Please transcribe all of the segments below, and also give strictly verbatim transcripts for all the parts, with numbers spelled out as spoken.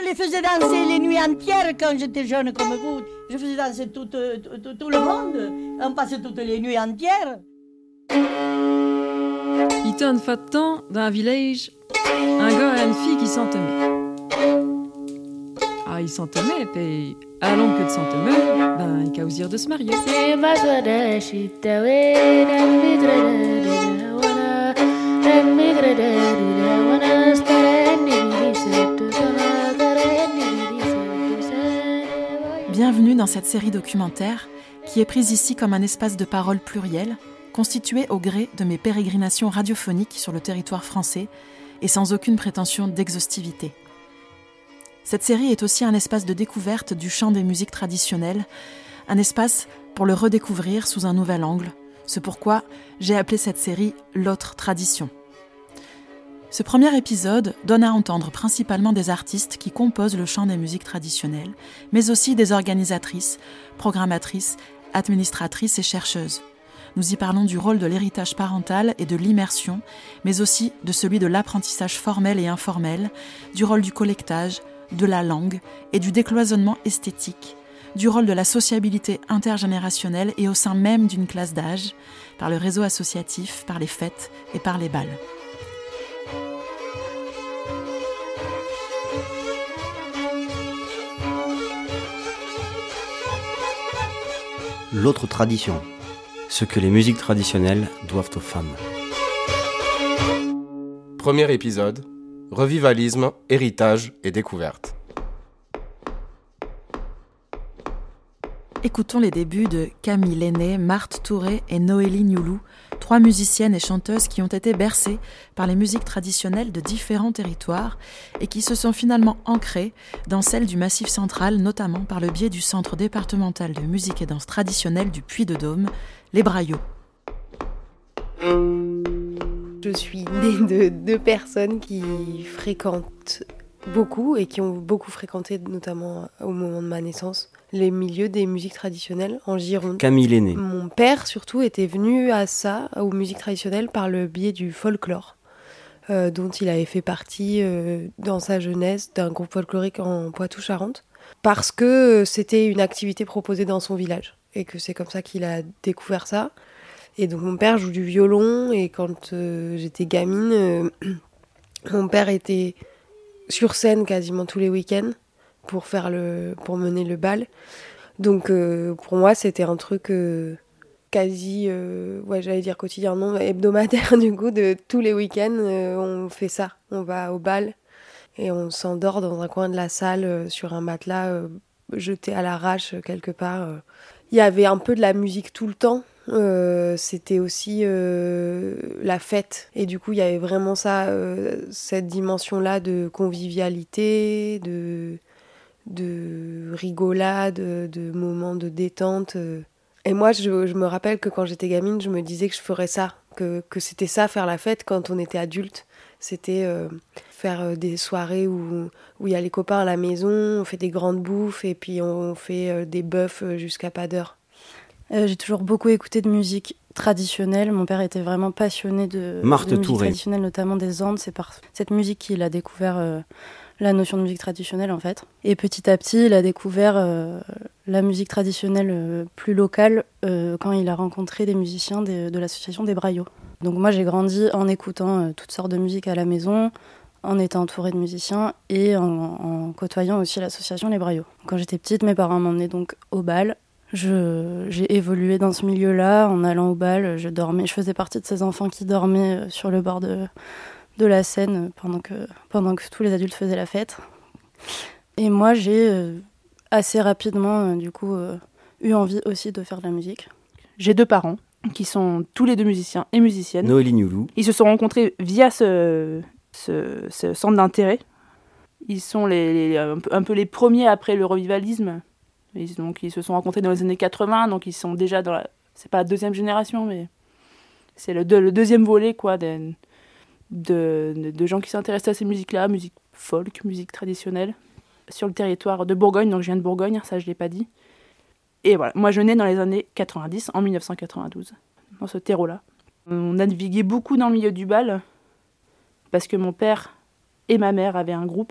les faisais danser les nuits entières quand j'étais jeune comme vous. Je faisais danser tout, tout, tout, tout le monde. On passait toutes les nuits entières. Il était une fois de temps, dans un village, un gars et une fille qui s'entemaient. Ah, ils s'entemaient, puis à l'oncle que de s'entemer, ben, ils causirent de se marier. Bienvenue dans cette série documentaire qui est prise ici comme un espace de parole pluriel, constitué au gré de mes pérégrinations radiophoniques sur le territoire français et sans aucune prétention d'exhaustivité. Cette série est aussi un espace de découverte du chant des musiques traditionnelles, un espace pour le redécouvrir sous un nouvel angle. C'est pourquoi j'ai appelé cette série « L'autre tradition ». Ce premier épisode donne à entendre principalement des artistes qui composent le chant des musiques traditionnelles, mais aussi des organisatrices, programmatrices, administratrices et chercheuses. Nous y parlons du rôle de l'héritage parental et de l'immersion, mais aussi de celui de l'apprentissage formel et informel, du rôle du collectage, de la langue et du décloisonnement esthétique, du rôle de la sociabilité intergénérationnelle et au sein même d'une classe d'âge, par le réseau associatif, par les fêtes et par les bals. L'autre tradition, ce que les musiques traditionnelles doivent aux femmes. Premier épisode, revivalisme, héritage et découverte. Écoutons les débuts de Camille Lenné, Marthe Touré et Noélie Nioulou, trois musiciennes et chanteuses qui ont été bercées par les musiques traditionnelles de différents territoires et qui se sont finalement ancrées dans celles du Massif central, notamment par le biais du Centre départemental de musique et danse traditionnelle du Puy-de-Dôme, les Braillots. Je suis née de deux personnes qui fréquentent beaucoup et qui ont beaucoup fréquenté, notamment au moment de ma naissance, les milieux des musiques traditionnelles en Gironde. Camille Lenné. Mon père, surtout, était venu à ça, aux musiques traditionnelles, par le biais du folklore, euh, dont il avait fait partie euh, dans sa jeunesse d'un groupe folklorique en Poitou-Charentes, parce que c'était une activité proposée dans son village, et que c'est comme ça qu'il a découvert ça. Et donc mon père joue du violon, et quand euh, j'étais gamine, euh, mon père était sur scène quasiment tous les week-ends, pour faire le pour mener le bal. Donc euh, pour moi c'était un truc euh, quasi euh, ouais j'allais dire quotidien, non, hebdomadaire, du coup, de tous les week-ends euh, on fait ça, on va au bal et on s'endort dans un coin de la salle euh, sur un matelas euh, jeté à l'arrache euh, quelque part. Il y avait un peu de la musique tout le temps. Euh, c'était aussi euh, la fête, et du coup il y avait vraiment ça, euh, cette dimension là de convivialité, de de rigolade, de moments de détente. Et moi, je, je me rappelle que quand j'étais gamine, je me disais que je ferais ça, que, que c'était ça, faire la fête quand on était adulte. C'était euh, faire des soirées où où il y a les copains à la maison, on fait des grandes bouffes et puis on fait euh, des bœufs jusqu'à pas d'heure. Euh, j'ai toujours beaucoup écouté de musique traditionnelle. Mon père était vraiment passionné de, Marthe de musique Touré. traditionnelle, notamment des Andes. C'est par cette musique qu'il a découvert euh, la notion de musique traditionnelle, en fait. Et petit à petit, il a découvert euh, la musique traditionnelle euh, plus locale euh, quand il a rencontré des musiciens de, de l'association des Braillots. Donc moi, j'ai grandi en écoutant euh, toutes sortes de musique à la maison, en étant entourée de musiciens et en, en côtoyant aussi l'association Les Braillots. Quand j'étais petite, mes parents m'emmenaient donc au bal. Je, j'ai évolué dans ce milieu-là, en allant au bal. Je dormais, je faisais partie de ces enfants qui dormaient sur le bord de, de la Seine pendant que, pendant que tous les adultes faisaient la fête. Et moi, j'ai euh, assez rapidement, euh, du coup, euh, eu envie aussi de faire de la musique. J'ai deux parents qui sont tous les deux musiciens et musiciennes. Noélie Nioulou. Ils se sont rencontrés via ce, ce, ce centre d'intérêt. Ils sont les, les, un, peu, un peu les premiers après le revivalisme. Ils, donc, ils se sont rencontrés dans les années quatre-vingts, donc ils sont déjà dans la... C'est pas la deuxième génération, mais c'est le, deux, le deuxième volet, quoi, de, de, de, de gens qui s'intéressent à ces musiques-là, musique folk, musique traditionnelle, sur le territoire de Bourgogne, donc je viens de Bourgogne, ça je l'ai pas dit. Et voilà, moi je nais dans les années quatre-vingt-dix, en dix-neuf cent quatre-vingt-douze, dans ce terreau-là. On a navigué beaucoup dans le milieu du bal, parce que mon père et ma mère avaient un groupe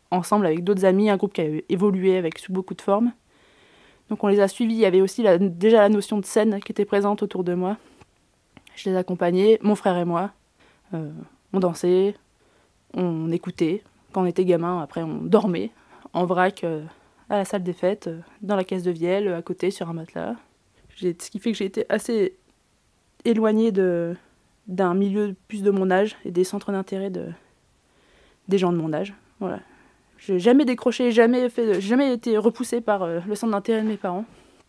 ensemble avec d'autres amis, un groupe qui a évolué avec sous beaucoup de formes. Donc on les a suivis, il y avait aussi la, déjà la notion de scène qui était présente autour de moi. Je les accompagnais, mon frère et moi. Euh, on dansait, on écoutait. Quand on était gamin, après on dormait en vrac euh, à la salle des fêtes, euh, dans la caisse de Vielle, à côté, sur un matelas. J'ai, ce qui fait que j'ai été assez éloignée de, d'un milieu plus de mon âge et des centres d'intérêt de, des gens de mon âge. Voilà. J'ai jamais décroché, jamais, fait, jamais été repoussée par euh, le centre d'intérêt de mes parents.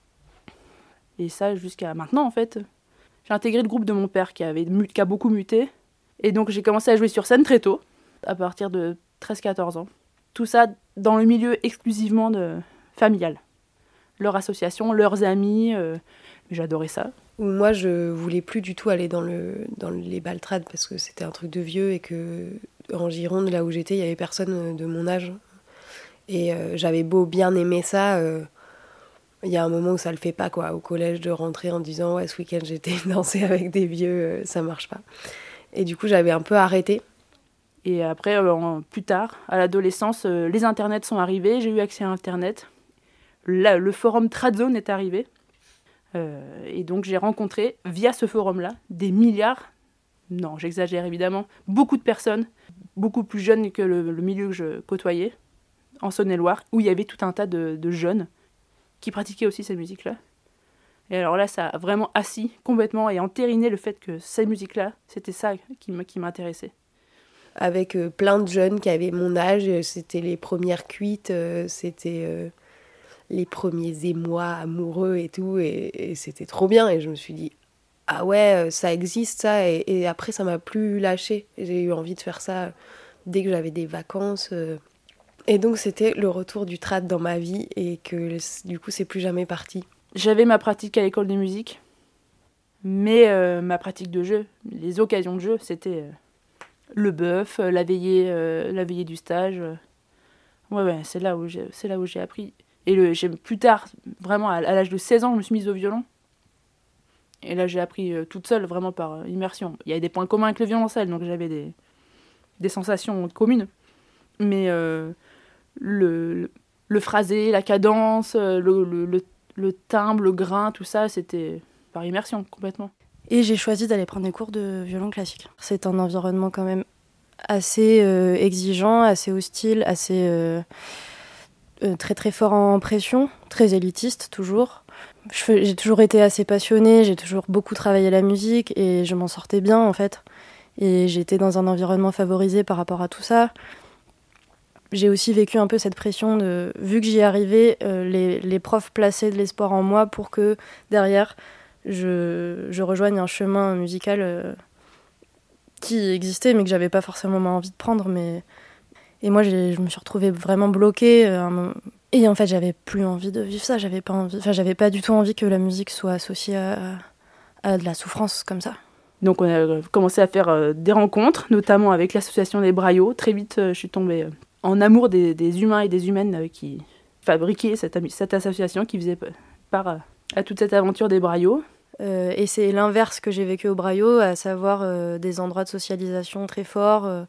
Et ça jusqu'à maintenant, en fait. J'ai intégré le groupe de mon père qui, avait, qui a beaucoup muté. Et donc j'ai commencé à jouer sur scène très tôt, à partir de treize quatorze ans. Tout ça dans le milieu exclusivement de, familial. Leur association, leurs amis, euh, j'adorais ça. Moi, je voulais plus du tout aller dans, le, dans les baltrades parce que c'était un truc de vieux et que en Gironde, là où j'étais, il y avait personne de mon âge. Et euh, j'avais beau bien aimer ça, euh, il y a un moment où ça le fait pas, quoi. Au collège, de rentrer en disant ouais, ce week-end j'étais danser avec des vieux, euh, ça marche pas. Et du coup, j'avais un peu arrêté. Et après, euh, plus tard, à l'adolescence, euh, les internets sont arrivés, j'ai eu accès à Internet. Là, le forum Tradzone est arrivé. Euh, et donc j'ai rencontré, via ce forum-là, des milliards, non, j'exagère évidemment, beaucoup de personnes, beaucoup plus jeunes que le, le milieu que je côtoyais, en Saône-et-Loire, où il y avait tout un tas de, de jeunes qui pratiquaient aussi cette musique-là. Et alors là, ça a vraiment assis complètement et entériné le fait que cette musique-là, c'était ça qui, m- qui m'intéressait. Avec euh, plein de jeunes qui avaient mon âge, c'était les premières cuites, euh, c'était euh, les premiers émois amoureux et tout, et, et c'était trop bien. Et je me suis dit, ah ouais, ça existe ça, et, et après ça m'a plus lâché. J'ai eu envie de faire ça dès que j'avais des vacances. Euh. Et donc c'était le retour du trad dans ma vie, et que du coup c'est plus jamais parti. J'avais ma pratique à l'école de musique, mais euh, ma pratique de jeu, les occasions de jeu, c'était euh, le bœuf, la veillée, euh, la veillée du stage. Euh. Ouais, ouais, c'est là où j'ai, c'est là où j'ai appris. Et le, j'ai, plus tard, vraiment à, à l'âge de seize ans, je me suis mise au violon. Et là, j'ai appris euh, toute seule, vraiment par euh, immersion. Il y avait des points communs avec le violoncelle, donc j'avais des, des sensations communes. Mais euh, le, le, le phrasé, la cadence, le, le, le Le timbre, le grain, tout ça, c'était par immersion, complètement. Et j'ai choisi d'aller prendre des cours de violon classique. C'est un environnement quand même assez euh, exigeant, assez hostile, assez euh, euh, très très fort en pression, très élitiste toujours. Je fais, j'ai toujours été assez passionnée, j'ai toujours beaucoup travaillé la musique et je m'en sortais bien en fait. Et j'étais dans un environnement favorisé par rapport à tout ça. J'ai aussi vécu un peu cette pression de, vu que j'y arrivais, euh, les, les profs plaçaient de l'espoir en moi pour que derrière, je, je rejoigne un chemin musical euh, qui existait, mais que j'avais pas forcément envie de prendre. Mais... Et moi, j'ai, je me suis retrouvée vraiment bloquée. Euh, et en fait, j'avais plus envie de vivre ça. J'avais pas envie, enfin, j'avais pas du tout envie que la musique soit associée à, à de la souffrance comme ça. Donc, on a commencé à faire euh, des rencontres, notamment avec l'association des Braillots. Très vite, euh, je suis tombée... Euh, en amour des, des humains et des humaines qui fabriquaient cette, cette association, qui faisait part à, à toute cette aventure des Braillots. Euh, et c'est l'inverse que j'ai vécu au Braillots, à savoir euh, des endroits de socialisation très forts, euh,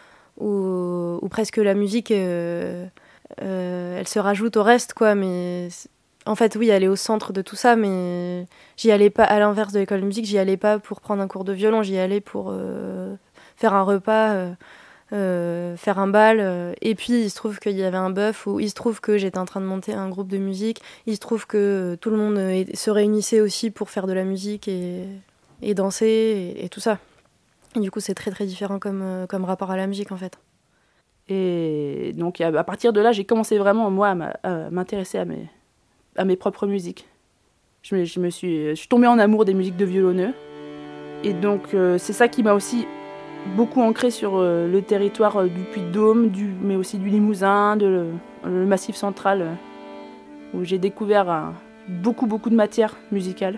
où, où presque la musique, euh, euh, elle se rajoute au reste, quoi. Mais en fait, oui, elle est au centre de tout ça, mais j'y allais pas, à l'inverse de l'école de musique, j'y allais pas pour prendre un cours de violon, j'y allais pour euh, faire un repas... Euh, Euh, faire un bal, euh, et puis il se trouve qu'il y avait un bœuf, ou il se trouve que j'étais en train de monter un groupe de musique, il se trouve que euh, tout le monde euh, se réunissait aussi pour faire de la musique et, et danser et, et tout ça. Et du coup c'est très très différent comme, euh, comme rapport à la musique en fait. Et donc à partir de là j'ai commencé vraiment moi à, à m'intéresser à mes, à mes propres musiques. Je me, je me suis, je suis tombée en amour des musiques de violonneux, et donc euh, c'est ça qui m'a aussi beaucoup ancré sur euh, le territoire euh, du Puy-de-Dôme, du, mais aussi du Limousin, de, le, le Massif central, euh, où j'ai découvert euh, beaucoup, beaucoup de matière musicale.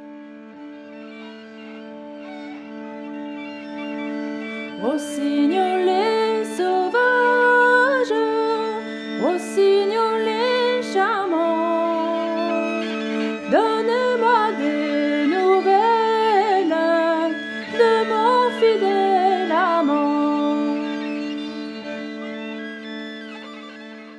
Rossignolet sauvage, rossignolet charmant, donne-moi des nouvelles de mon fidèle amant.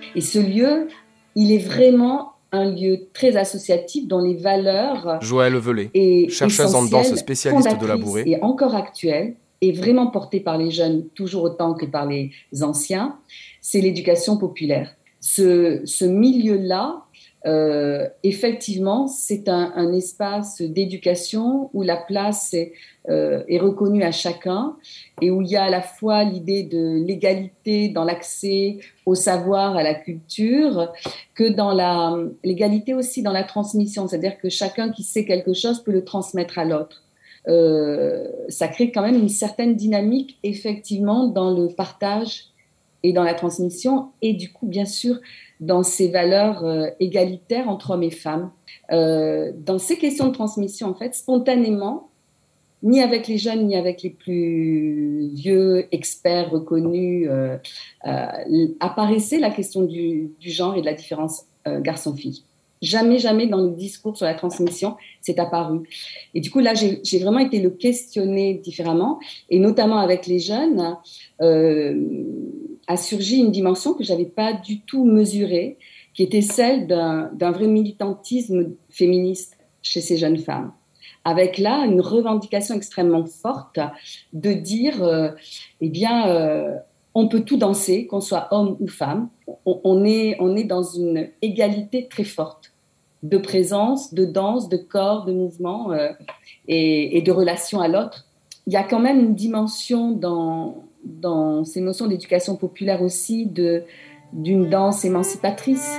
Et ce lieu, il est vraiment un lieu très associatif dont les valeurs... Joëlle Velay, chercheuse en danse spécialiste de la bourrée. Et encore actuelle, et vraiment portée par les jeunes toujours autant que par les anciens, c'est l'éducation populaire. Ce, ce milieu-là, euh, effectivement, c'est un, un espace d'éducation où la place est, euh, est reconnue à chacun et où il y a à la fois l'idée de l'égalité dans l'accès au savoir, à la culture, que dans la, l'égalité aussi dans la transmission, c'est-à-dire que chacun qui sait quelque chose peut le transmettre à l'autre. Euh, ça crée quand même une certaine dynamique, effectivement, dans le partage et dans la transmission, et du coup, bien sûr, dans ces valeurs euh, égalitaires entre hommes et femmes. Euh, dans ces questions de transmission, en fait, spontanément, ni avec les jeunes, ni avec les plus vieux, experts, reconnus, euh, euh, apparaissait la question du, du genre et de la différence euh, garçon-fille. Jamais, jamais dans le discours sur la transmission, c'est apparu. Et du coup, là, j'ai, j'ai vraiment été le questionner différemment, et notamment avec les jeunes, euh, a surgi une dimension que je n'avais pas du tout mesurée, qui était celle d'un, d'un vrai militantisme féministe chez ces jeunes femmes. Avec là une revendication extrêmement forte de dire, euh, eh bien, euh, on peut tout danser, qu'on soit homme ou femme. On, on, est, on est dans une égalité très forte de présence, de danse, de corps, de mouvement euh, et, et de relation à l'autre. Il y a quand même une dimension dans, dans ces notions d'éducation populaire aussi de, d'une danse émancipatrice.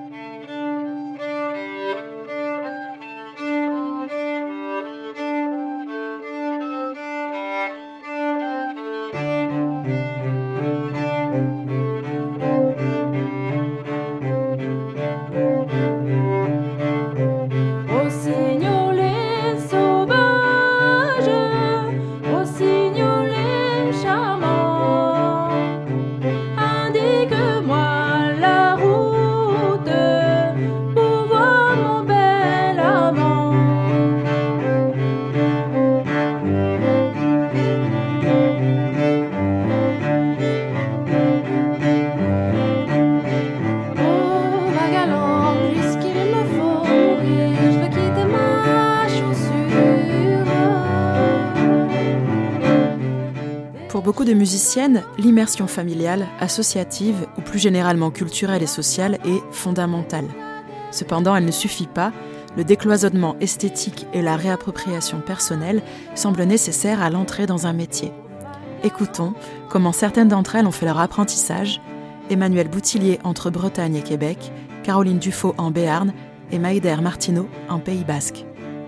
Pour beaucoup de musiciennes, l'immersion familiale, associative ou plus généralement culturelle et sociale est fondamentale. Cependant, elle ne suffit pas. Le décloisonnement esthétique et la réappropriation personnelle semblent nécessaires à l'entrée dans un métier. Écoutons comment certaines d'entre elles ont fait leur apprentissage. Emmanuelle Boutillier entre Bretagne et Québec, Caroline Dufaux en Béarn et Maïder Martineau en Pays Basque.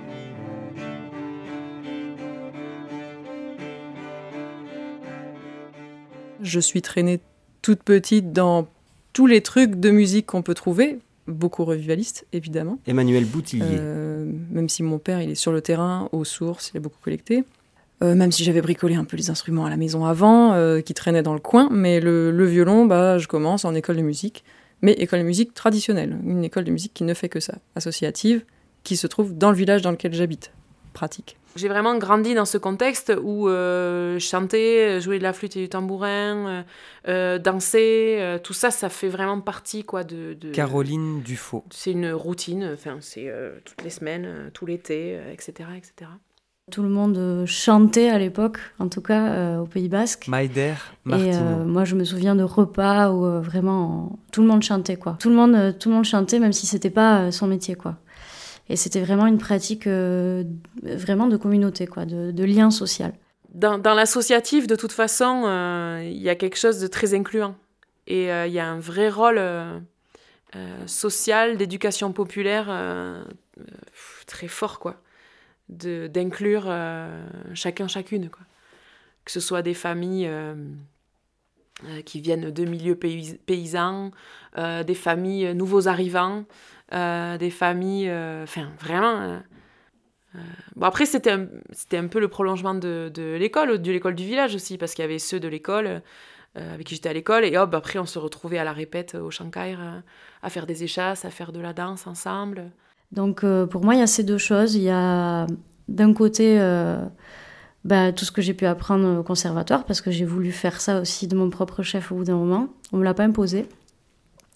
Je suis traînée toute petite dans tous les trucs de musique qu'on peut trouver, beaucoup revivalistes, évidemment. Emmanuelle Boutillier. Euh, même si mon père, il est sur le terrain, aux sources, il a beaucoup collecté. Euh, même si j'avais bricolé un peu les instruments à la maison avant, euh, qui traînaient dans le coin. Mais le, le violon, bah, je commence en école de musique. Mais école de musique traditionnelle. Une école de musique qui ne fait que ça. Associative, qui se trouve dans le village dans lequel j'habite. Pratique. J'ai vraiment grandi dans ce contexte où euh, chanter, jouer de la flûte et du tambourin, euh, danser, euh, tout ça, ça fait vraiment partie quoi, de, de... Caroline Dufaux. C'est une routine, enfin, c'est euh, toutes les semaines, euh, tout l'été, euh, et cetera, et cetera. Tout le monde chantait à l'époque, en tout cas euh, au Pays Basque. Maïder Martineau. Et euh, moi, je me souviens de repas où euh, vraiment tout le monde chantait, quoi. Tout le monde, euh, tout le monde chantait, même si c'était pas euh, son métier, quoi. Et c'était vraiment une pratique euh, vraiment de communauté, quoi, de, de lien social. Dans, dans l'associatif, de toute façon, il euh, y a quelque chose de très incluant. Et il euh, y a un vrai rôle euh, euh, social, d'éducation populaire euh, euh, très fort, quoi. De, d'inclure euh, chacun, chacune, quoi. Que ce soit des familles euh, euh, qui viennent de milieux pays, paysans, euh, des familles nouveaux arrivants, euh, des familles... Enfin, euh, vraiment... Euh, euh, bon, après, c'était un, c'était un peu le prolongement de, de l'école, de l'école du village aussi, parce qu'il y avait ceux de l'école euh, avec qui j'étais à l'école, et hop, après, on se retrouvait à la répète au Chancaire, euh, à faire des échasses, à faire de la danse ensemble. Donc, euh, pour moi, il y a ces deux choses. Il y a, d'un côté... Euh, Bah, tout ce que j'ai pu apprendre au conservatoire, parce que j'ai voulu faire ça aussi de mon propre chef au bout d'un moment. On ne me l'a pas imposé.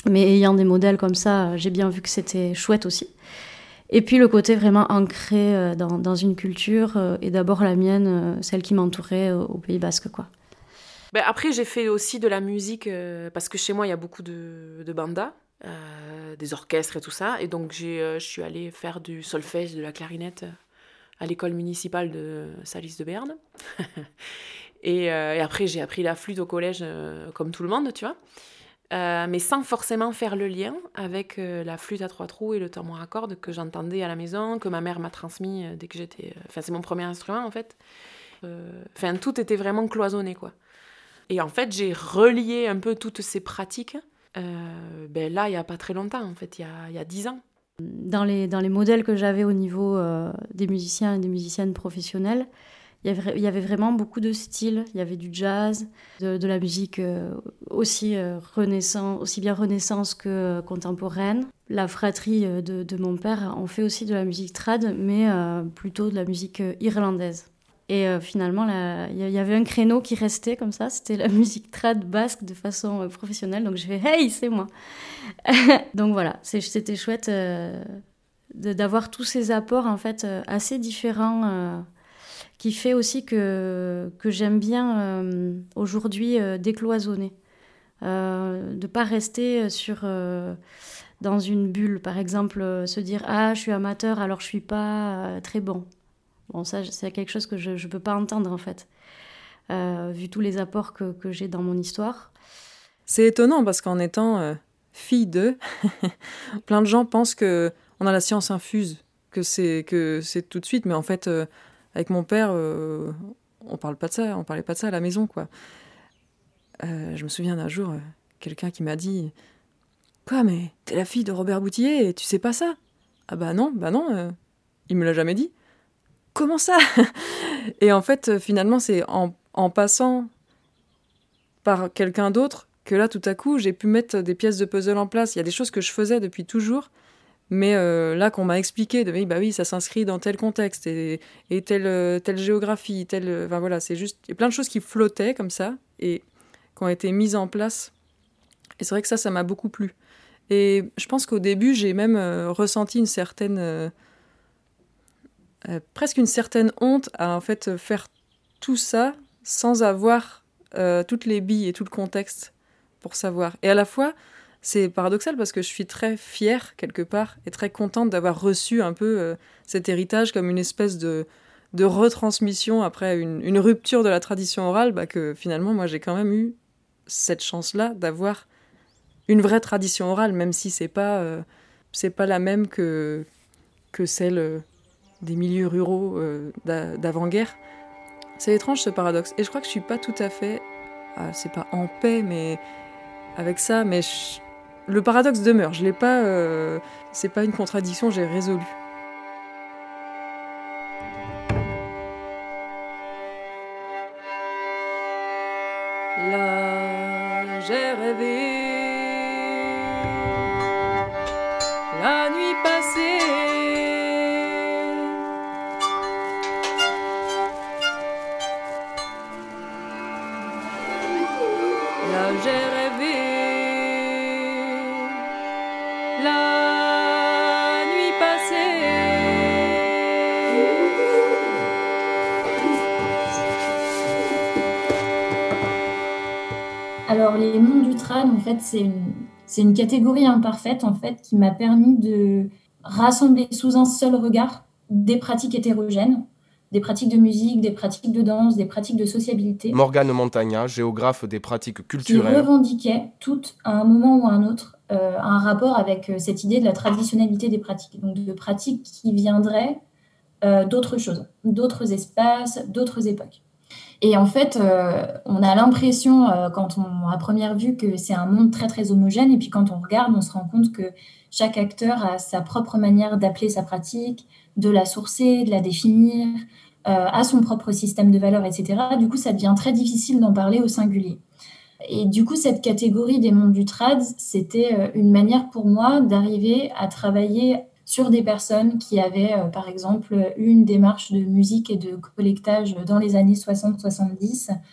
Mais ayant des modèles comme ça, j'ai bien vu que c'était chouette aussi. Et puis le côté vraiment ancré dans, dans une culture, et d'abord la mienne, celle qui m'entourait au Pays Basque, quoi. Ben après, j'ai fait aussi de la musique, euh, parce que chez moi, il y a beaucoup de, de bandas, euh, des orchestres et tout ça. Et donc, j'ai, euh, je suis allée faire du solfège, de la clarinette à l'école municipale de Salis de Béarn. et, euh, et après, j'ai appris la flûte au collège, euh, comme tout le monde, tu vois. Euh, mais sans forcément faire le lien avec euh, la flûte à trois trous et le tambour à cordes que j'entendais à la maison, que ma mère m'a transmis euh, dès que j'étais... Enfin, c'est mon premier instrument, en fait. Enfin, euh, tout était vraiment cloisonné, quoi. Et en fait, j'ai relié un peu toutes ces pratiques, euh, ben là, il n'y a pas très longtemps, en fait, il y a, il y a dix ans. Dans les, dans les modèles que j'avais au niveau euh, des musiciens et des musiciennes professionnelles, il y avait, il y avait vraiment beaucoup de styles. Il y avait du jazz, de, de la musique euh, aussi, euh, renaissance, aussi bien renaissance que euh, contemporaine. La fratrie de, de mon père en fait aussi de la musique trad, mais euh, plutôt de la musique euh, irlandaise. Et euh, finalement, il y avait un créneau qui restait comme ça, c'était la musique trad basque de façon euh, professionnelle. Donc j'ai fait « Hey, c'est moi !» Donc voilà, c'était chouette euh, de, d'avoir tous ces apports en fait, euh, assez différents, euh, qui fait aussi que, que j'aime bien euh, aujourd'hui euh, décloisonner. Euh, de ne pas rester sur, euh, dans une bulle. Par exemple, euh, se dire « Ah, je suis amateur, alors je ne suis pas euh, très bon ». Bon, ça, c'est quelque chose que je ne peux pas entendre, en fait, euh, vu tous les apports que, que j'ai dans mon histoire. C'est étonnant, parce qu'en étant euh, fille d'eux, plein de gens pensent qu'on a la science infuse, que c'est, que c'est tout de suite. Mais en fait, euh, avec mon père, euh, on parle pas de ça, on parlait pas de ça à la maison, quoi. Euh, je me souviens d'un jour, euh, quelqu'un qui m'a dit « Quoi, mais t'es la fille de Robert Boutillier et tu sais pas ça ?»« Ah bah non, bah non, euh, il me l'a jamais dit. » Comment ça ? Et en fait, finalement, c'est en, en passant par quelqu'un d'autre que là, tout à coup, j'ai pu mettre des pièces de puzzle en place. Il y a des choses que je faisais depuis toujours, mais euh, là, qu'on m'a expliqué, de, bah oui, ça s'inscrit dans tel contexte et, et telle, telle géographie, telle... Enfin voilà, c'est juste... Il y a plein de choses qui flottaient comme ça et qui ont été mises en place. Et c'est vrai que ça, ça m'a beaucoup plu. Et je pense qu'au début, j'ai même euh, ressenti une certaine... Euh, Euh, presque une certaine honte à en fait faire tout ça sans avoir euh, toutes les billes et tout le contexte pour savoir. Et à la fois, c'est paradoxal parce que je suis très fière quelque part et très contente d'avoir reçu un peu euh, cet héritage comme une espèce de, de retransmission après une, une rupture de la tradition orale, bah, que finalement moi j'ai quand même eu cette chance-là d'avoir une vraie tradition orale, même si c'est pas, euh, c'est pas la même que, que celle... Euh, des milieux ruraux euh, d'avant-guerre. C'est étrange ce paradoxe. Et je crois que je suis pas tout à fait, ah, c'est pas en paix, mais avec ça, mais je... le paradoxe demeure. Je l'ai pas, euh... c'est pas une contradiction, j'ai résolu. Là, j'ai rêvé la nuit passée. J'ai rêvé la nuit passée. Alors, les mondes du trad, en fait, c'est une, c'est une catégorie imparfaite, en fait, qui m'a permis de rassembler sous un seul regard des pratiques hétérogènes, des pratiques de musique, des pratiques de danse, des pratiques de sociabilité. Morgane Montagna, géographe des pratiques culturelles. Qui revendiquait toutes, à un moment ou à un autre, euh, un rapport avec euh, cette idée de la traditionnalité des pratiques. Donc de pratiques qui viendraient euh, d'autres choses, d'autres espaces, d'autres époques. Et en fait, euh, on a l'impression, euh, quand on, à première vue, que c'est un monde très très homogène. Et puis quand on regarde, on se rend compte que chaque acteur a sa propre manière d'appeler sa pratique, de la sourcer, de la définir, euh, a son propre système de valeurs, et cetera. Du coup, ça devient très difficile d'en parler au singulier. Et du coup, cette catégorie des mondes du trad, c'était euh, une manière pour moi d'arriver à travailler sur des personnes qui avaient, euh, par exemple, eu une démarche de musique et de collectage dans les années soixante soixante-dix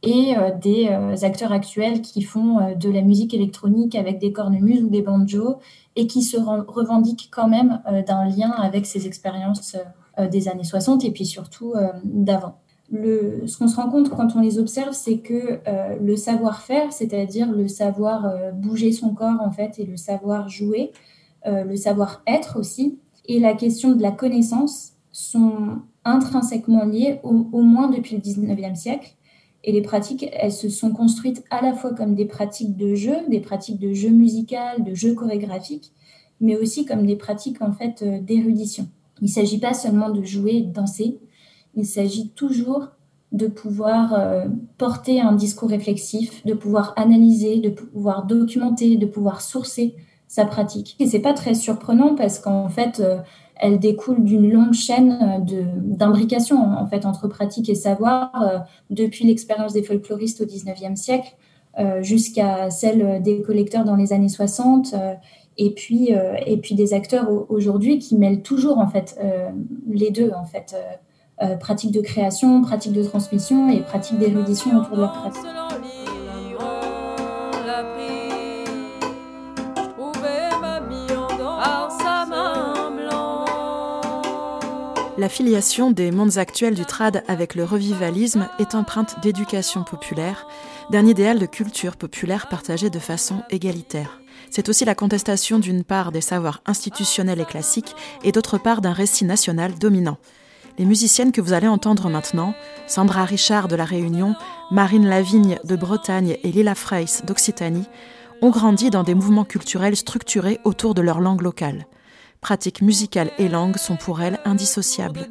et euh, des euh, acteurs actuels qui font euh, de la musique électronique avec des cornemuses ou des banjos et qui se re- revendiquent quand même euh, d'un lien avec ces expériences euh, des années soixante et puis surtout euh, d'avant. Le, ce qu'on se rend compte quand on les observe, c'est que euh, le savoir-faire, c'est-à-dire le savoir euh, bouger son corps en fait et le savoir jouer, euh, le savoir-être aussi, et la question de la connaissance sont intrinsèquement liées, au, au moins depuis le dix-neuvième siècle. Et les pratiques, elles se sont construites à la fois comme des pratiques de jeu, des pratiques de jeu musical, de jeu chorégraphique, mais aussi comme des pratiques en fait euh, d'érudition. Il ne s'agit pas seulement de jouer et de danser, il s'agit toujours de pouvoir euh, porter un discours réflexif, de pouvoir analyser, de pouvoir documenter, de pouvoir sourcer sa pratique. Et c'est pas très surprenant parce qu'en fait, euh, elle découle d'une longue chaîne de, d'imbrication en fait, entre pratique et savoir, euh, depuis l'expérience des folkloristes au dix-neuvième siècle euh, jusqu'à celle des collecteurs dans les années soixante, euh, et, puis, euh, et puis des acteurs aujourd'hui qui mêlent toujours en fait, euh, les deux, en fait, euh, euh, pratique de création, pratique de transmission et pratique d'érudition autour de leur pratique. La filiation des mondes actuels du trad avec le revivalisme est empreinte d'éducation populaire, d'un idéal de culture populaire partagé de façon égalitaire. C'est aussi la contestation d'une part des savoirs institutionnels et classiques et d'autre part d'un récit national dominant. Les musiciennes que vous allez entendre maintenant, Sandra Richard de La Réunion, Marine Lavigne de Bretagne et Lila Freis d'Occitanie, ont grandi dans des mouvements culturels structurés autour de leur langue locale. Pratiques musicales et langues sont pour elles indissociables.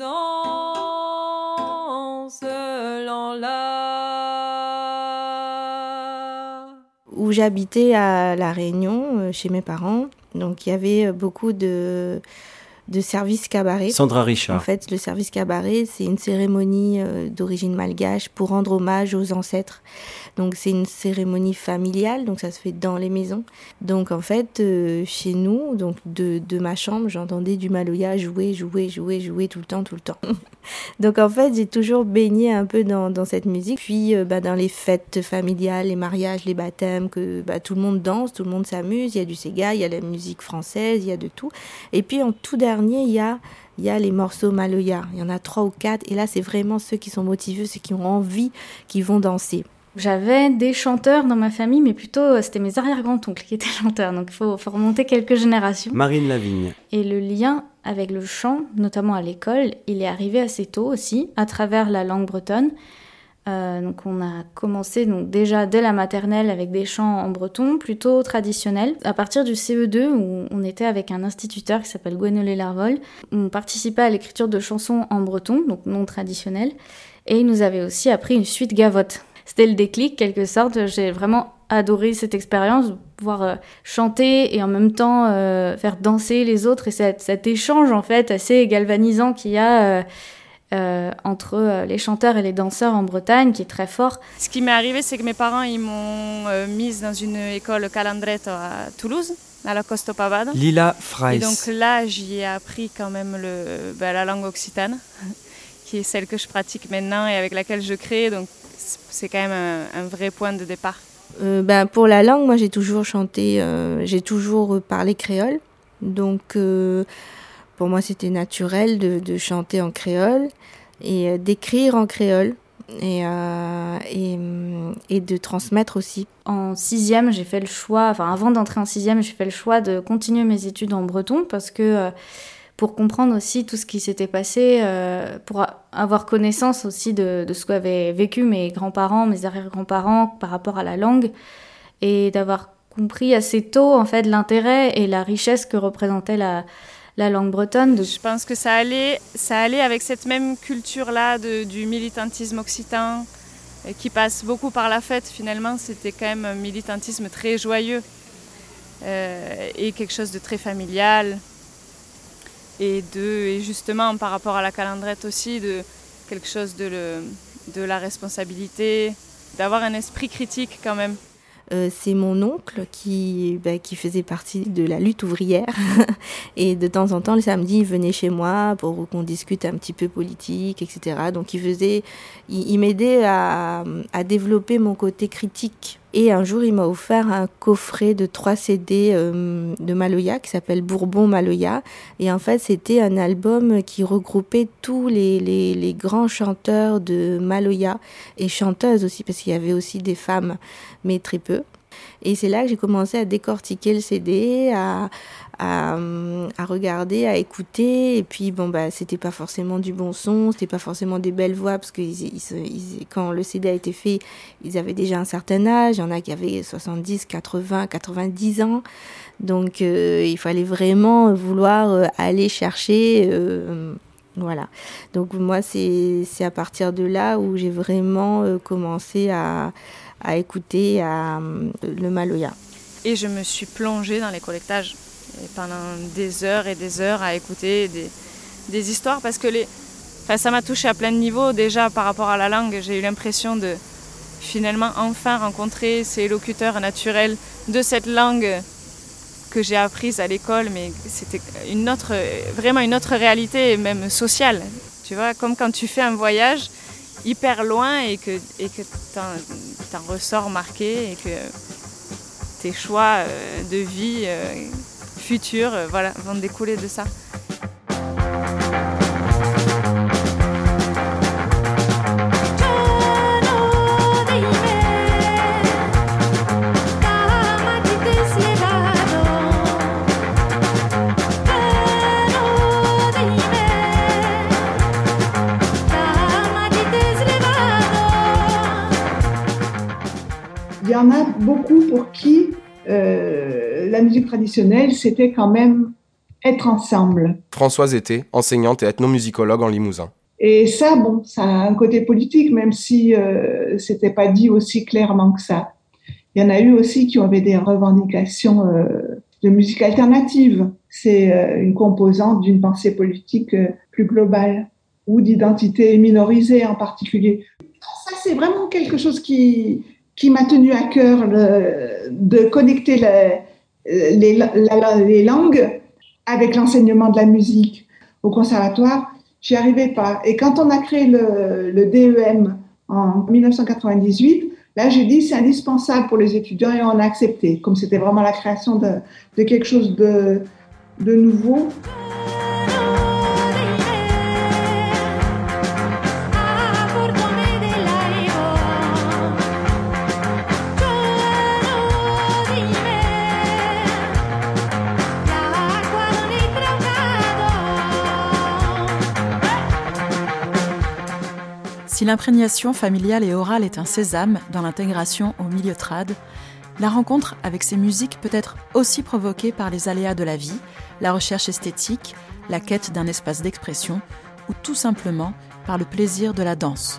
Où j'habitais à La Réunion, chez mes parents, donc il y avait beaucoup de, de services cabaret. Sandra Richard. En fait, le service cabaret, c'est une cérémonie d'origine malgache pour rendre hommage aux ancêtres. Donc c'est une cérémonie familiale, donc ça se fait dans les maisons. Donc en fait, euh, chez nous, donc de, de ma chambre, j'entendais du maloya jouer, jouer, jouer, jouer tout le temps, tout le temps. Donc en fait, j'ai toujours baigné un peu dans, dans cette musique. Puis euh, bah, dans les fêtes familiales, les mariages, les baptêmes, que bah, tout le monde danse, tout le monde s'amuse. Il y a du Sega, il y a la musique française, il y a de tout. Et puis en tout dernier, il y a il y a les morceaux maloya. Il y en a trois ou quatre. Et là, c'est vraiment ceux qui sont motivés, ceux qui ont envie, qui vont danser. J'avais des chanteurs dans ma famille, mais plutôt c'était mes arrière-grands-oncles qui étaient chanteurs, donc il faut, faut remonter quelques générations. Marine Lavigne. Et le lien avec le chant, notamment à l'école, il est arrivé assez tôt aussi, à travers la langue bretonne. Euh, donc on a commencé donc déjà dès la maternelle avec des chants en breton, plutôt traditionnels. À partir du C E deux, où on était avec un instituteur qui s'appelle Gwenolé Larvol, on participait à l'écriture de chansons en breton, donc non traditionnelles, et il nous avait aussi appris une suite gavotte. C'était le déclic, quelque sorte. J'ai vraiment adoré cette expérience, de pouvoir euh, chanter et en même temps euh, faire danser les autres. Et cet, cet échange, en fait, assez galvanisant qu'il y a euh, euh, entre euh, les chanteurs et les danseurs en Bretagne, qui est très fort. Ce qui m'est arrivé, c'est que mes parents ils m'ont euh, mise dans une école Calandretto à Toulouse, à la Costa Pavada. Lila Freis. Et donc là, j'y ai appris quand même le, ben, la langue occitane, qui est celle que je pratique maintenant et avec laquelle je crée. Donc c'est quand même un, un vrai point de départ. Euh, ben, pour la langue, moi j'ai toujours chanté, euh, j'ai toujours parlé créole. Donc euh, pour moi c'était naturel de, de chanter en créole et euh, d'écrire en créole et, euh, et, et de transmettre aussi. En sixième, j'ai fait le choix, enfin avant d'entrer en sixième, j'ai fait le choix de continuer mes études en breton parce que euh, pour comprendre aussi tout ce qui s'était passé, euh, pour avoir connaissance aussi de, de ce qu'avaient vécu mes grands-parents, mes arrière-grands-parents par rapport à la langue, et d'avoir compris assez tôt en fait l'intérêt et la richesse que représentait la, la langue bretonne. De... Je pense que ça allait, ça allait avec cette même culture-là de, du militantisme occitan, qui passe beaucoup par la fête. Finalement, c'était quand même un militantisme très joyeux euh, et quelque chose de très familial. Et, de, et justement, par rapport à la calandrette aussi, de quelque chose de, le, de la responsabilité, d'avoir un esprit critique quand même. Euh, c'est mon oncle qui, bah, qui faisait partie de la lutte ouvrière. Et de temps en temps, le samedi, il venait chez moi pour qu'on discute un petit peu politique, et cetera. Donc, il, faisait, il, il m'aidait à, à développer mon côté critique. Et un jour, il m'a offert un coffret de trois C D euh, de Maloya qui s'appelle Bourbon Maloya. Et en fait, c'était un album qui regroupait tous les, les, les grands chanteurs de Maloya et chanteuses aussi, parce qu'il y avait aussi des femmes, mais très peu. Et c'est là que j'ai commencé à décortiquer le C D, à, à, à regarder, à écouter. Et puis, bon, bah, c'était pas forcément du bon son, c'était pas forcément des belles voix, parce que ils, ils, ils, quand le C D a été fait, ils avaient déjà un certain âge. Il y en a qui avaient soixante-dix, quatre-vingts, quatre-vingt-dix ans. Donc, euh, il fallait vraiment vouloir euh, aller chercher... Euh, Voilà. Donc moi, c'est, c'est à partir de là où j'ai vraiment euh, commencé à, à écouter à, euh, le Maloya. Et je me suis plongée dans les collectages et pendant des heures et des heures à écouter des, des histoires parce que les, enfin, ça m'a touchée à plein de niveaux. Déjà par rapport à la langue, j'ai eu l'impression de finalement enfin rencontrer ces locuteurs naturels de cette langue que j'ai apprise à l'école, mais c'était une autre, vraiment une autre réalité, même sociale. Tu vois, comme quand tu fais un voyage hyper loin et que, et que t'en, t'en ressors marqué et que tes choix de vie futurs voilà, vont découler de ça. Il y en a beaucoup pour qui euh, la musique traditionnelle, c'était quand même être ensemble. Françoise était enseignante et ethnomusicologue en Limousin. Et ça, bon, ça a un côté politique, même si euh, c'était pas dit aussi clairement que ça. Il y en a eu aussi qui avaient des revendications euh, de musique alternative. C'est euh, une composante d'une pensée politique euh, plus globale ou d'identité minorisée en particulier. Ça, c'est vraiment quelque chose qui... qui m'a tenu à cœur le, de connecter le, les, la, les langues avec l'enseignement de la musique. Au conservatoire, j'y arrivais pas. Et quand on a créé le, le D E M en dix-neuf cent quatre-vingt-dix-huit, là, j'ai dit c'est indispensable pour les étudiants et on a accepté, comme c'était vraiment la création de, de quelque chose de, de nouveau. Si l'imprégnation familiale et orale est un sésame dans l'intégration au milieu trad, la rencontre avec ces musiques peut être aussi provoquée par les aléas de la vie, la recherche esthétique, la quête d'un espace d'expression ou tout simplement par le plaisir de la danse.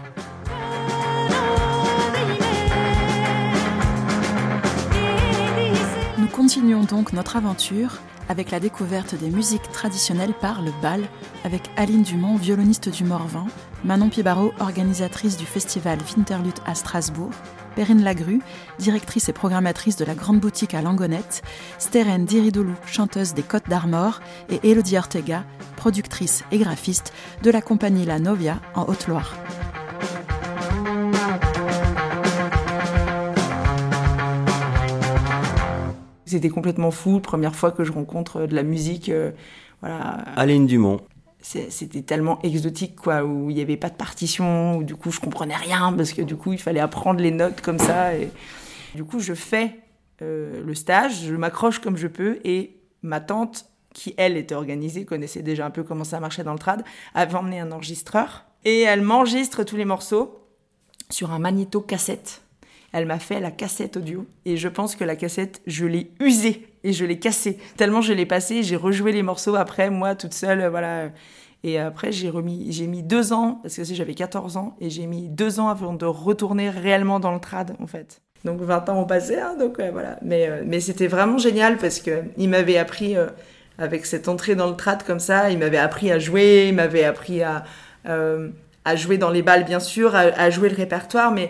Nous continuons donc notre aventure avec la découverte des musiques traditionnelles par le bal, avec Aline Dumont, violoniste du Morvan, Manon Pibaro, organisatrice du festival Winterluth à Strasbourg, Perrine Lagrue, directrice et programmatrice de la Grande Boutique à Langonette, Steren Diridoulou, chanteuse des Côtes d'Armor, et Élodie Ortega, productrice et graphiste de la compagnie La Novia en Haute-Loire. C'était complètement fou, première fois que je rencontre de la musique. Euh, voilà. Aline Dumont. C'est, c'était tellement exotique, quoi, où il n'y avait pas de partition, où du coup je comprenais rien, parce que du coup il fallait apprendre les notes comme ça. Et... Du coup je fais euh, le stage, je m'accroche comme je peux, et ma tante, qui elle était organisée, connaissait déjà un peu comment ça marchait dans le trad, avait emmené un enregistreur, et elle m'enregistre tous les morceaux sur un magnéto cassette. Elle m'a fait la cassette audio et je pense que la cassette, je l'ai usée et je l'ai cassée. Tellement je l'ai passée, j'ai rejoué les morceaux après, moi, toute seule, voilà. Et après, j'ai remis, j'ai mis deux ans, parce que j'avais quatorze ans, et j'ai mis deux ans avant de retourner réellement dans le trad, en fait. Donc vingt ans ont passé, hein, donc euh, voilà. Mais, euh, mais c'était vraiment génial parce qu'il m'avait appris, euh, avec cette entrée dans le trad comme ça, il m'avait appris à jouer, il m'avait appris à, euh, à jouer dans les balles, bien sûr, à, à jouer le répertoire, mais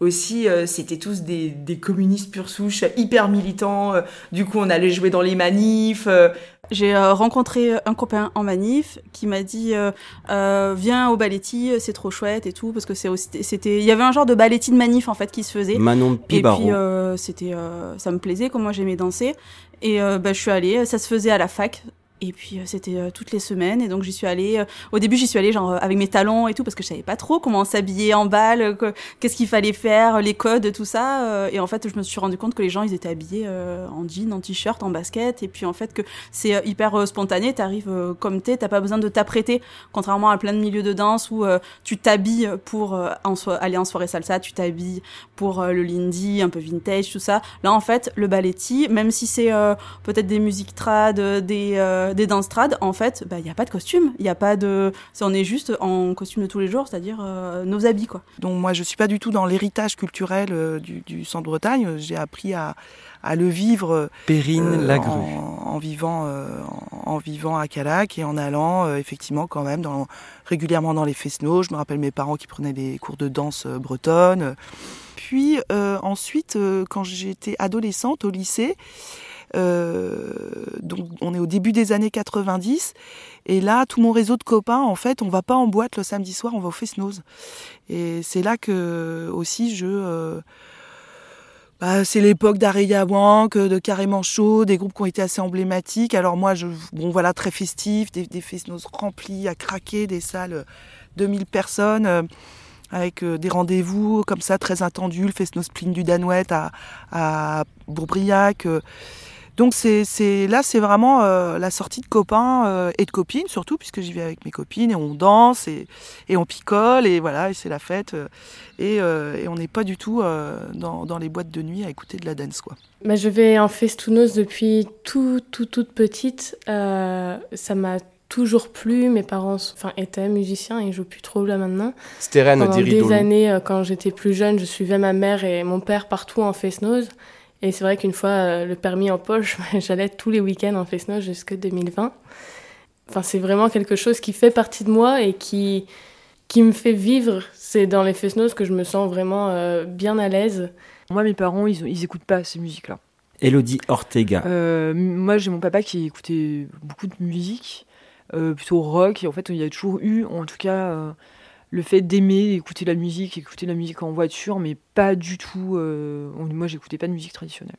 aussi, euh, c'était tous des, des communistes pure souche, hyper militants. Euh, du coup, on allait jouer dans les manifs. Euh. J'ai euh, rencontré un copain en manif qui m'a dit euh, euh, viens au balletti, c'est trop chouette et tout, parce que c'est aussi, c'était, il y avait un genre de balletti de manif en fait qui se faisait. Manon Pibaro. Et puis euh, c'était, euh, ça me plaisait, comme moi j'aimais danser. Et euh, bah, je suis allée, ça se faisait à la fac. Et puis euh, c'était euh, toutes les semaines, et donc j'y suis allée. Euh, au début, j'y suis allée genre euh, avec mes talons et tout, parce que je savais pas trop comment s'habiller en bal, euh, que, qu'est-ce qu'il fallait faire, les codes, tout ça. Euh, et en fait, je me suis rendu compte que les gens, ils étaient habillés euh, en jean, en t-shirt, en basket, et puis en fait que c'est euh, hyper euh, spontané. T'arrives euh, comme t'es, t'as pas besoin de t'apprêter, contrairement à plein de milieux de danse où euh, tu t'habilles pour euh, en so- aller en soirée salsa, tu t'habilles pour euh, le lindy, un peu vintage, tout ça. Là, en fait, le balletti, même si c'est euh, peut-être des musiques trad, des euh, des danses trad, en fait, bah, y a pas de costume, il y a pas de, c'est, on est juste en costume de tous les jours, c'est-à-dire euh, nos habits, quoi. Donc moi, je suis pas du tout dans l'héritage culturel euh, du, du Centre-Bretagne. J'ai appris à, à le vivre. Perrine euh, Lagrue. En, en vivant, euh, en, en vivant à Calac et en allant euh, effectivement quand même dans, régulièrement dans les fest-noz. Je me rappelle mes parents qui prenaient des cours de danse euh, bretonne. Puis euh, ensuite, euh, quand j'étais adolescente au lycée. Euh, donc on est au début des années quatre-vingt-dix et là tout mon réseau de copains, en fait, on va pas en boîte le samedi soir, on va au fest-noz. Et c'est là que aussi je euh, bah, c'est l'époque d'Areya Wank, de Carrément Chaud, des groupes qui ont été assez emblématiques. Alors moi je bon voilà, très festif, des, des fest-noz remplis à craquer, des salles deux mille personnes euh, avec euh, des rendez-vous comme ça très attendus, le fest-noz Pline du Danouette à, à Bourbriac. Euh, Donc c'est, c'est, là, c'est vraiment euh, la sortie de copains euh, et de copines, surtout, puisque j'y vais avec mes copines et on danse et, et on picole et voilà, et c'est la fête. Euh, et, euh, et on n'est pas du tout euh, dans, dans les boîtes de nuit à écouter de la dance, quoi. Bah, je vais en fest-noz depuis tout, tout, toute petite. Euh, ça m'a toujours plu. Mes parents enfin, étaient musiciens et ils jouent plus trop là maintenant. Steren, Pendant Diridolo. des années, quand j'étais plus jeune, je suivais ma mère et mon père partout en fest-noz. Et c'est vrai qu'une fois euh, le permis en poche, j'allais tous les week-ends en fest-noz jusqu'en deux mille vingt. Enfin, c'est vraiment quelque chose qui fait partie de moi et qui, qui me fait vivre. C'est dans les fest-noz que je me sens vraiment euh, bien à l'aise. Moi, mes parents, ils, ils écoutent pas ces musiques-là. Elodie Ortega. Euh, moi, j'ai mon papa qui écoutait beaucoup de musique, euh, plutôt rock. Et en fait, il y a toujours eu, en tout cas... Euh, le fait d'aimer écouter la musique, écouter la musique en voiture, mais pas du tout... Euh, moi, j'écoutais pas de musique traditionnelle.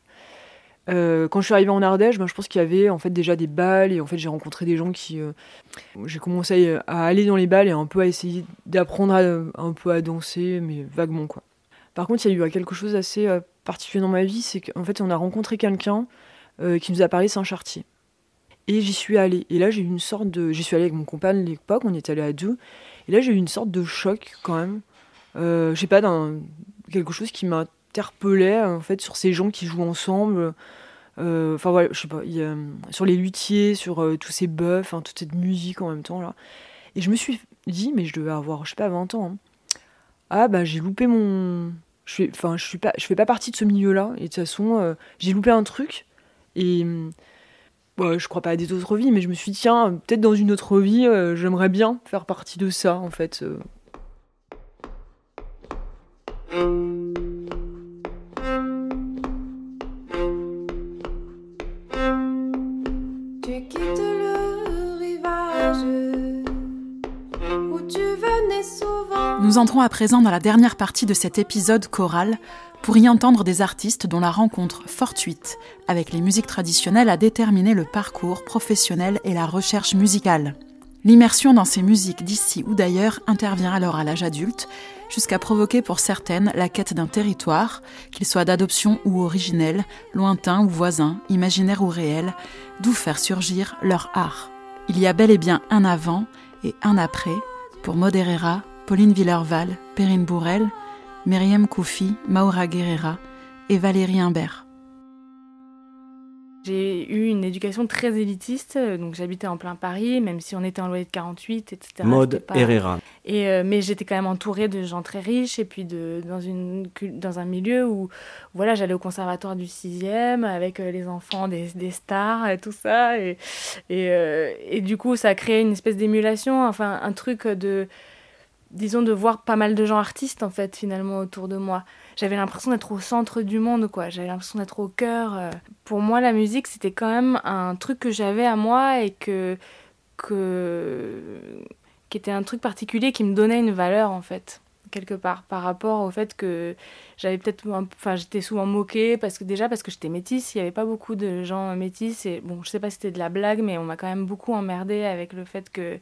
Euh, quand je suis arrivée en Ardèche, ben, je pense qu'il y avait en fait, déjà des bals, et en fait, j'ai rencontré des gens qui... Euh, j'ai commencé à aller dans les bals et un peu à essayer d'apprendre à, un peu à danser, mais vaguement, quoi. Par contre, il y a eu quelque chose d'assez euh, particulier dans ma vie, c'est qu'en fait, on a rencontré quelqu'un euh, qui nous a parlé Saint-Chartier. Et j'y suis allée. Et là, j'ai eu une sorte de... J'y suis allée avec mon compagnon à l'époque, on y est allés à deux. Et là, j'ai eu une sorte de choc, quand même. Euh, je sais pas, d'un... quelque chose qui m'interpellait, en fait, sur ces gens qui jouent ensemble. Euh, enfin, voilà, je sais pas. Il y a... Sur les luthiers, sur euh, tous ces bœufs, hein, toute cette musique en même temps, là. Et je me suis dit, mais je devais avoir, je sais pas, vingt ans. Hein. Ah, bah, j'ai loupé mon... Je fais... Enfin, je suis pas... je fais pas partie de ce milieu-là. Et de toute façon, euh, j'ai loupé un truc. Et... Bon, je crois pas à des autres vies, mais je me suis dit, tiens, peut-être dans une autre vie, euh, j'aimerais bien faire partie de ça, en fait. Euh. Tu quittes le rivage où tu venais souvent. Nous entrons à présent dans la dernière partie de cet épisode choral pour y entendre des artistes dont la rencontre fortuite avec les musiques traditionnelles a déterminé le parcours professionnel et la recherche musicale. L'immersion dans ces musiques d'ici ou d'ailleurs intervient alors à l'âge adulte, jusqu'à provoquer pour certaines la quête d'un territoire, qu'il soit d'adoption ou originel, lointain ou voisin, imaginaire ou réel, d'où faire surgir leur art. Il y a bel et bien un avant et un après pour Maud Herrera, Pauline Villerval, Perrine Bourrel, Myriam Koufi, Maura Guerrera et Valérie Imbert. J'ai eu une éducation très élitiste, donc j'habitais en plein Paris, même si on était en loyer de quarante-huit, et cetera. Maud pas... Herrera. Et, euh, mais j'étais quand même entourée de gens très riches, et puis de, dans, une, dans un milieu où voilà, j'allais au conservatoire du sixième, avec euh, les enfants des, des stars et tout ça. Et, et, euh, et du coup, ça a créé une espèce d'émulation, enfin un truc de... disons, de voir pas mal de gens artistes, en fait, finalement, autour de moi. J'avais l'impression d'être au centre du monde, quoi. J'avais l'impression d'être au cœur. Pour moi, la musique, c'était quand même un truc que j'avais à moi et que... que... qui était un truc particulier qui me donnait une valeur, en fait, quelque part, par rapport au fait que j'avais peut-être... Enfin, j'étais souvent moquée, parce que, déjà parce que j'étais métisse, il n'y avait pas beaucoup de gens métisses, et bon, je sais pas si c'était de la blague, mais on m'a quand même beaucoup emmerdée avec le fait que...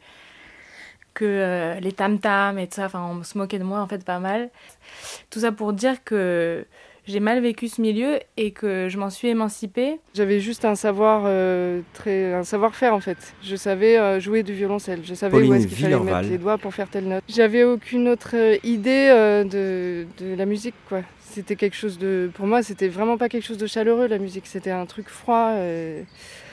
que euh, les tam-tams et tout ça, enfin, on se moquait de moi, en fait, pas mal. Tout ça pour dire que j'ai mal vécu ce milieu et que je m'en suis émancipée. J'avais juste un savoir euh, très, un savoir-faire en fait. Je savais euh, jouer du violoncelle. Je savais Pauline où est-ce qu'il fallait mettre les doigts pour faire telle note. J'avais aucune autre idée euh, de, de la musique quoi. C'était quelque chose de, pour moi, c'était vraiment pas quelque chose de chaleureux la musique. C'était un truc froid euh,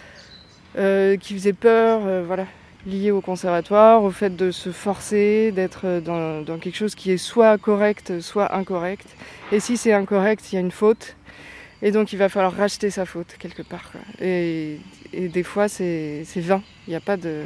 euh, qui faisait peur, euh, voilà. Lié au conservatoire, au fait de se forcer, d'être dans, dans quelque chose qui est soit correct, soit incorrect. Et si c'est incorrect, il y a une faute. Et donc il va falloir racheter sa faute quelque part. Quoi. Et, et des fois, c'est, c'est vain. Il n'y a pas de...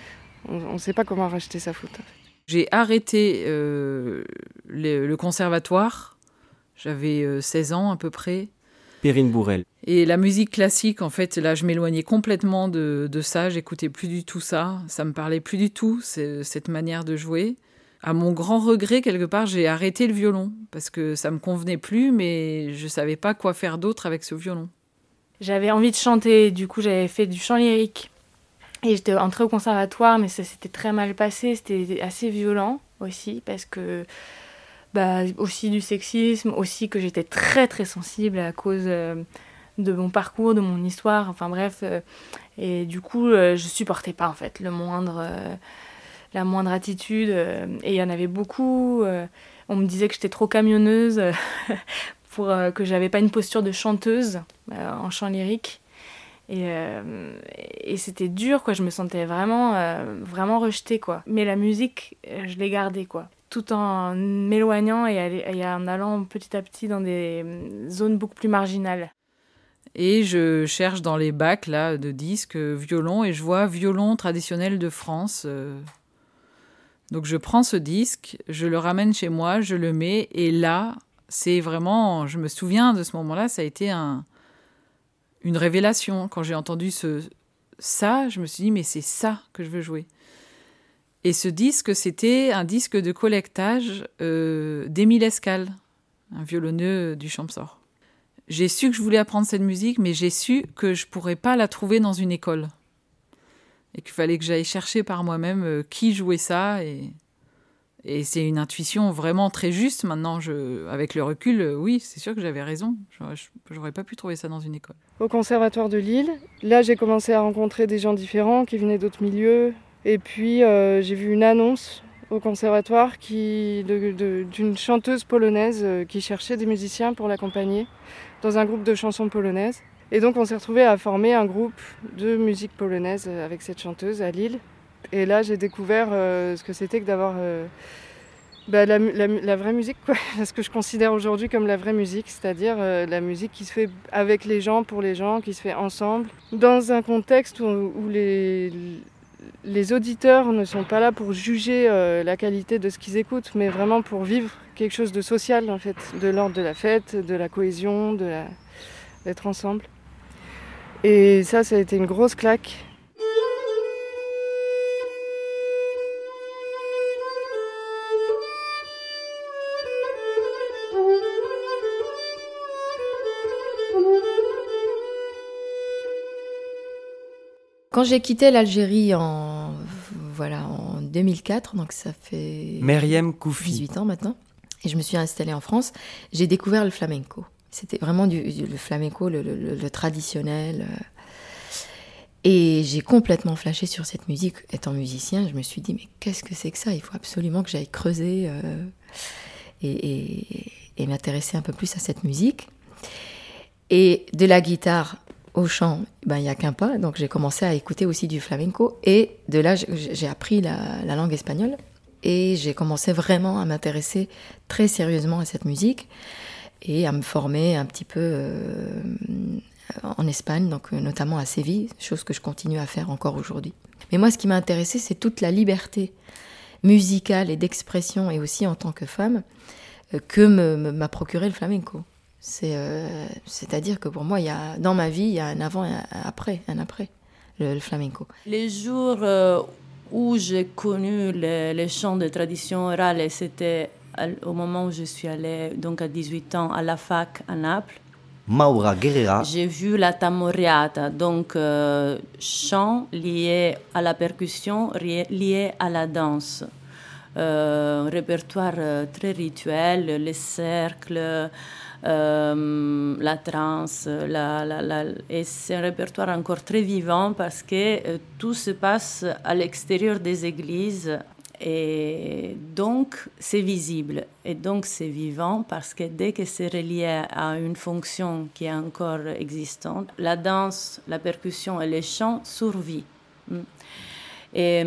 On ne sait pas comment racheter sa faute. En fait. J'ai arrêté euh, le, le conservatoire. J'avais euh, seize ans à peu près. Perrine Bourrel. Et la musique classique, en fait, là, je m'éloignais complètement de, de ça. J'écoutais plus du tout ça. Ça me parlait plus du tout, cette manière de jouer. À mon grand regret, quelque part, j'ai arrêté le violon parce que ça me convenait plus, mais je savais pas quoi faire d'autre avec ce violon. J'avais envie de chanter, du coup, j'avais fait du chant lyrique. Et j'étais entrée au conservatoire, mais ça s'était très mal passé. C'était assez violent aussi parce que... Bah, aussi du sexisme, aussi que j'étais très très sensible à cause euh, de mon parcours, de mon histoire, enfin bref. Euh, et du coup, euh, je supportais pas en fait le moindre, euh, la moindre attitude. Euh, et il y en avait beaucoup. Euh, on me disait que j'étais trop camionneuse, pour, euh, que j'avais pas une posture de chanteuse euh, en chant lyrique. Et, euh, et c'était dur, quoi. Je me sentais vraiment, euh, vraiment rejetée, quoi. Mais la musique, je l'ai gardée, quoi. Tout en m'éloignant et, et en allant petit à petit dans des zones beaucoup plus marginales. Et je cherche dans les bacs là, de disques violon et je vois violon traditionnel de France. Donc je prends ce disque, je le ramène chez moi, je le mets et là, c'est vraiment... Je me souviens de ce moment-là, ça a été un, une révélation. Quand j'ai entendu ce, ça, je me suis dit mais c'est ça que je veux jouer. Et ce disque, c'était un disque de collectage euh, d'Émile Escal, un violonneux du Champsaur. J'ai su que je voulais apprendre cette musique, mais j'ai su que je ne pourrais pas la trouver dans une école. Et qu'il fallait que j'aille chercher par moi-même euh, qui jouait ça. Et, et c'est une intuition vraiment très juste. Maintenant, je, avec le recul, euh, oui, c'est sûr que j'avais raison. Je n'aurais pas pu trouver ça dans une école. Au Conservatoire de Lille, là, j'ai commencé à rencontrer des gens différents qui venaient d'autres milieux. Et puis euh, j'ai vu une annonce au conservatoire qui, de, de, d'une chanteuse polonaise euh, qui cherchait des musiciens pour l'accompagner dans un groupe de chansons polonaises. Et donc on s'est retrouvés à former un groupe de musique polonaise avec cette chanteuse à Lille. Et là j'ai découvert euh, ce que c'était que d'avoir euh, bah, la, la, la vraie musique, quoi. Ce que je considère aujourd'hui comme la vraie musique, c'est-à-dire euh, la musique qui se fait avec les gens, pour les gens, qui se fait ensemble, dans un contexte où, où les... Les auditeurs ne sont pas là pour juger euh, la qualité de ce qu'ils écoutent, mais vraiment pour vivre quelque chose de social, en fait, de l'ordre de la fête, de la cohésion, de la... d'être ensemble. Et ça, ça a été une grosse claque. Quand j'ai quitté l'Algérie en, voilà, en deux mille quatre, donc ça fait Meriem Koufi. dix-huit ans maintenant, et je me suis installée en France, j'ai découvert le flamenco. C'était vraiment du, du, le flamenco, le, le, le traditionnel. Et j'ai complètement flashé sur cette musique. Étant musicien, je me suis dit, mais qu'est-ce que c'est que ça ? Il faut absolument que j'aille creuser euh, et, et, et m'intéresser un peu plus à cette musique. Et de la guitare au chant, ben, il n'y a qu'un pas, donc j'ai commencé à écouter aussi du flamenco, et de là, j'ai appris la, la langue espagnole, et j'ai commencé vraiment à m'intéresser très sérieusement à cette musique, et à me former un petit peu euh, en Espagne, donc notamment à Séville, chose que je continue à faire encore aujourd'hui. Mais moi, ce qui m'a intéressée, c'est toute la liberté musicale et d'expression, et aussi en tant que femme, euh, que me, me, m'a procuré le flamenco. C'est, euh, c'est-à-dire que pour moi, il y a, dans ma vie, il y a un avant et un après, un après le, le flamenco. Les jours euh, où j'ai connu les, les chants de tradition orale, c'était au moment où je suis allée, donc à dix-huit ans, à la fac à Naples. Maura Guerrera. J'ai vu la tamoriata, donc euh, chant lié à la percussion, lié à la danse. Euh, un répertoire euh, très rituel, les cercles, euh, la trance, la, la, la, et c'est un répertoire encore très vivant parce que euh, tout se passe à l'extérieur des églises. Et donc, c'est visible. Et donc, c'est vivant parce que dès que c'est relié à une fonction qui est encore existante, la danse, la percussion et les chants survivent. Et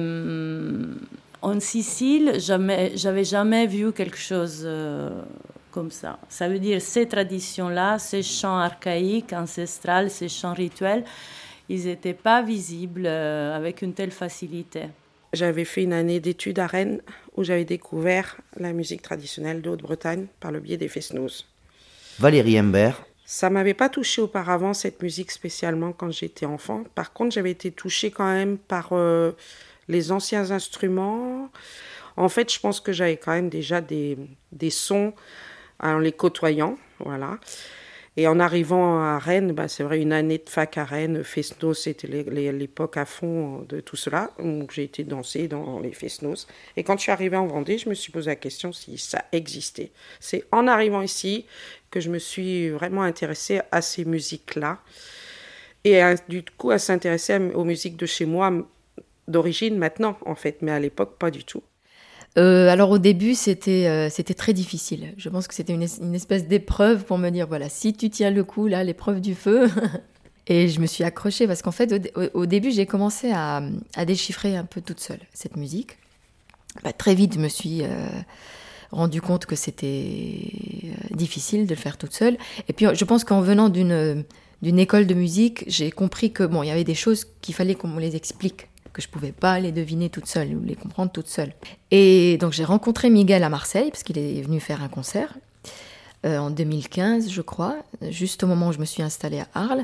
en Sicile, jamais, j'avais jamais vu quelque chose euh, comme ça. Ça veut dire ces traditions-là, ces chants archaïques, ancestrales, ces chants rituels, ils n'étaient pas visibles euh, avec une telle facilité. J'avais fait une année d'études à Rennes où j'avais découvert la musique traditionnelle de Haute-Bretagne par le biais des Fest-Noz. Valérie Imbert. Ça ne m'avait pas touchée auparavant, cette musique, spécialement quand j'étais enfant. Par contre, j'avais été touchée quand même par euh, les anciens instruments. En fait, je pense que j'avais quand même déjà des, des sons en les côtoyant, voilà. Et en arrivant à Rennes, bah, c'est vrai, une année de fac à Rennes, Fest-Noz, c'était les, les, l'époque à fond de tout cela. Donc j'ai été danser dans les Fest-Noz. Et quand je suis arrivée en Vendée, je me suis posé la question si ça existait. C'est en arrivant ici que je me suis vraiment intéressée à ces musiques-là. Et à, du coup, à s'intéresser aux musiques de chez moi, d'origine maintenant, en fait. Mais à l'époque, pas du tout. Euh, alors au début, c'était, euh, c'était très difficile. Je pense que c'était une, une espèce d'épreuve pour me dire, voilà, si tu tiens le coup, là, l'épreuve du feu. Et je me suis accrochée parce qu'en fait, au, au début, j'ai commencé à, à déchiffrer un peu toute seule cette musique. Bah, très vite, je me suis euh, rendu compte que c'était difficile de le faire toute seule. Et puis, je pense qu'en venant d'une, d'une école de musique, j'ai compris que bon, il y avait des choses qu'il fallait qu'on me les explique, que je ne pouvais pas les deviner toute seule ou les comprendre toute seule. Et donc j'ai rencontré Miguel à Marseille, parce qu'il est venu faire un concert, euh, en deux mille quinze, je crois, juste au moment où je me suis installée à Arles.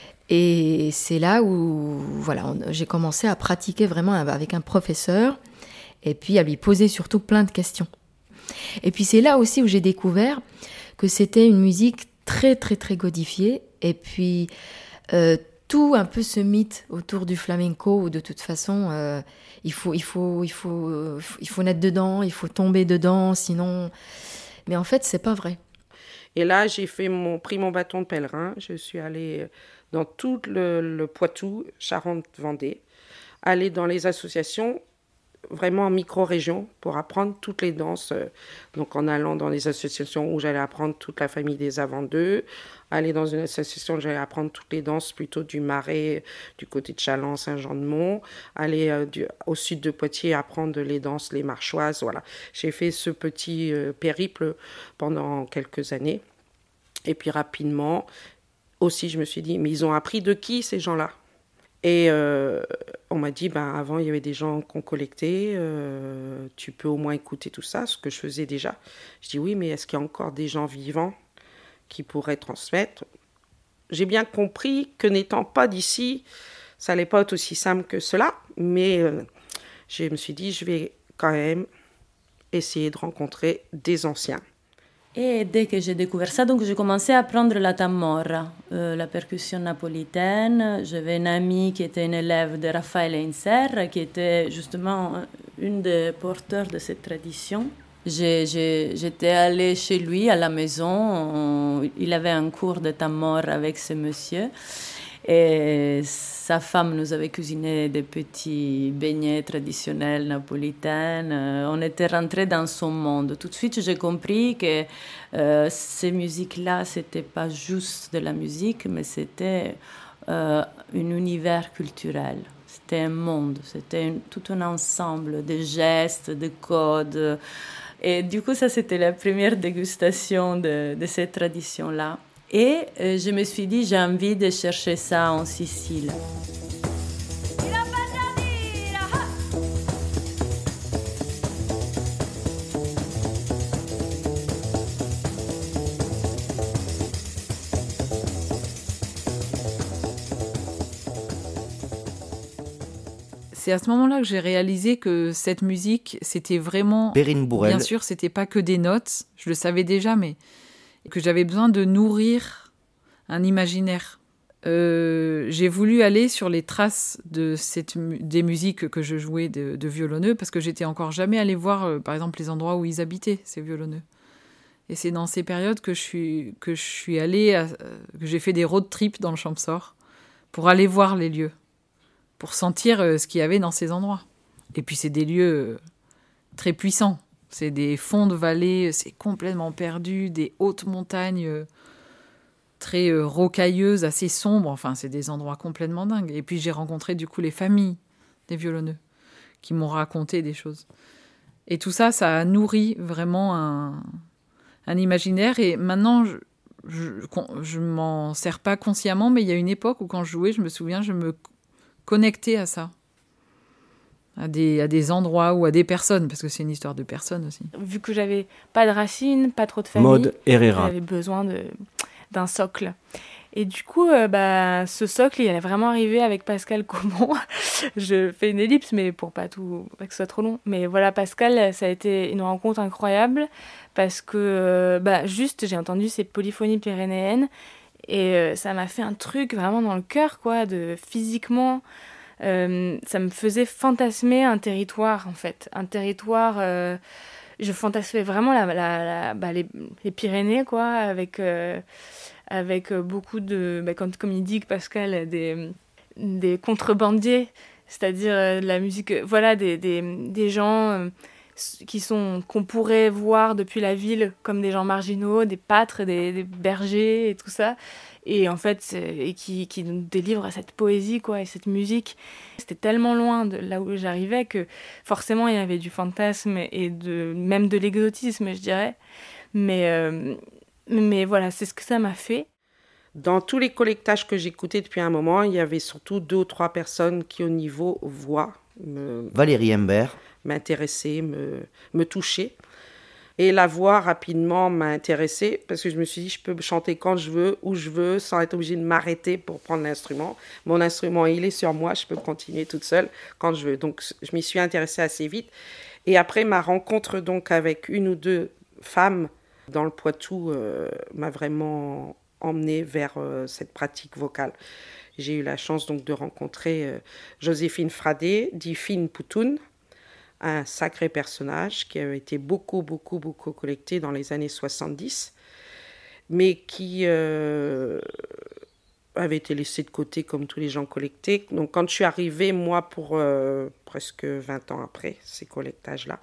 Et c'est là où voilà, on, j'ai commencé à pratiquer vraiment avec un professeur, et puis à lui poser surtout plein de questions. Et puis c'est là aussi où j'ai découvert que c'était une musique très très très codifiée, et puis... Euh, tout un peu ce mythe autour du flamenco où de toute façon euh, il faut il faut il faut euh, il faut naître dedans, il faut tomber dedans, sinon. Mais en fait c'est pas vrai. Et là j'ai fait mon pris mon bâton de pèlerin, je suis allée dans tout le, le Poitou, Charente-Vendée, aller dans les associations vraiment en micro-région pour apprendre toutes les danses. Donc en allant dans les associations où j'allais apprendre toute la famille des Avandeux, aller dans une association où j'allais apprendre toutes les danses plutôt du Marais, du côté de Challans, Saint-Jean-de-Mont, aller euh, du, au sud de Poitiers apprendre les danses, les marchoises, voilà. J'ai fait ce petit euh, périple pendant quelques années. Et puis rapidement, aussi je me suis dit, mais ils ont appris de qui ces gens-là ? Et euh, on m'a dit, ben, avant, il y avait des gens qu'on collectait, euh, tu peux au moins écouter tout ça, ce que je faisais déjà. Je dis, oui, mais est-ce qu'il y a encore des gens vivants qui pourraient transmettre ? J'ai bien compris que n'étant pas d'ici, ça n'allait pas être aussi simple que cela, mais euh, je me suis dit, je vais quand même essayer de rencontrer des anciens. Et dès que j'ai découvert ça, donc j'ai commencé à apprendre la tamorra, euh, la percussion napolitaine. J'avais une amie qui était une élève de Raffaele Inserra, qui était justement une des porteurs de cette tradition. J'ai, j'ai, j'étais allée chez lui à la maison. On, il avait un cours de tamorra avec ce monsieur. Et sa femme nous avait cuisiné des petits beignets traditionnels napolitains. Euh, on était rentrés dans son monde. Tout de suite, j'ai compris que euh, ces musiques-là, c'était pas juste de la musique, mais c'était euh, un univers culturel. C'était un monde, c'était une, tout un ensemble de gestes, de codes. Et du coup, ça, c'était la première dégustation de, de cette tradition-là. Et euh, je me suis dit, j'ai envie de chercher ça en Sicile. C'est à ce moment-là que j'ai réalisé que cette musique, c'était vraiment... Perrine Bourrel. Bien sûr, c'était pas que des notes, je le savais déjà, mais que j'avais besoin de nourrir un imaginaire. Euh, j'ai voulu aller sur les traces de cette, des musiques que je jouais de, de violonneux, parce que j'étais encore jamais allée voir, euh, par exemple, les endroits où ils habitaient, ces violonneux. Et c'est dans ces périodes que je suis, que je suis allée, à, que j'ai fait des road trips dans le Champsaur pour aller voir les lieux, pour sentir euh, ce qu'il y avait dans ces endroits. Et puis c'est des lieux euh, très puissants. C'est des fonds de vallée, c'est complètement perdu, des hautes montagnes euh, très euh, rocailleuses, assez sombres. Enfin, c'est des endroits complètement dingues. Et puis j'ai rencontré du coup les familles des violonneux qui m'ont raconté des choses. Et tout ça, ça a nourri vraiment un, un imaginaire. Et maintenant, je, je, je m'en sers pas consciemment, mais il y a une époque où quand je jouais, je me souviens, je me connectais à ça. À des, à des endroits ou à des personnes, parce que c'est une histoire de personnes aussi. Vu que j'avais pas de racines, pas trop de famille, Maud Herrera. j'avais besoin de, d'un socle. Et du coup, euh, bah, ce socle, il est vraiment arrivé avec Pascal Caumont. Je fais une ellipse, mais pour pas, tout, pas que ce soit trop long. Mais voilà, Pascal, ça a été une rencontre incroyable, parce que euh, bah, juste, j'ai entendu ces polyphonies pyrénéennes, et euh, ça m'a fait un truc vraiment dans le cœur, quoi, de physiquement... Euh, ça me faisait fantasmer un territoire, en fait. Un territoire... Euh, je fantasmais vraiment la, la, la, bah, les, les Pyrénées, quoi, avec, euh, avec beaucoup de... Bah, quand, comme il dit, Pascal, des, des contrebandiers, c'est-à-dire euh, de la musique... Voilà, des, des, des gens euh, qui sont, qu'on pourrait voir depuis la ville comme des gens marginaux, des pâtres, des, des bergers et tout ça. Et en fait, et qui, qui nous délivre cette poésie, quoi, et cette musique. C'était tellement loin de là où j'arrivais que forcément il y avait du fantasme et de, même de l'exotisme, je dirais. Mais, euh, mais voilà, c'est ce que ça m'a fait. Dans tous les collectages que j'écoutais depuis un moment, il y avait surtout deux ou trois personnes qui, au niveau voix, me, Valérie Imbert, m'intéressaient, me, me touchaient. Et la voix, rapidement, m'a intéressée parce que je me suis dit, je peux chanter quand je veux, où je veux, sans être obligée de m'arrêter pour prendre l'instrument. Mon instrument, il est sur moi, je peux continuer toute seule quand je veux. Donc, je m'y suis intéressée assez vite. Et après, ma rencontre donc avec une ou deux femmes dans le Poitou euh, m'a vraiment emmenée vers euh, cette pratique vocale. J'ai eu la chance donc de rencontrer euh, Joséphine Fradé, dit Fine Poutoun, un sacré personnage qui avait été beaucoup, beaucoup, beaucoup collecté dans les années soixante-dix, mais qui euh, avait été laissé de côté comme tous les gens collectés. Donc quand je suis arrivée, moi, pour euh, presque vingt ans après ces collectages-là,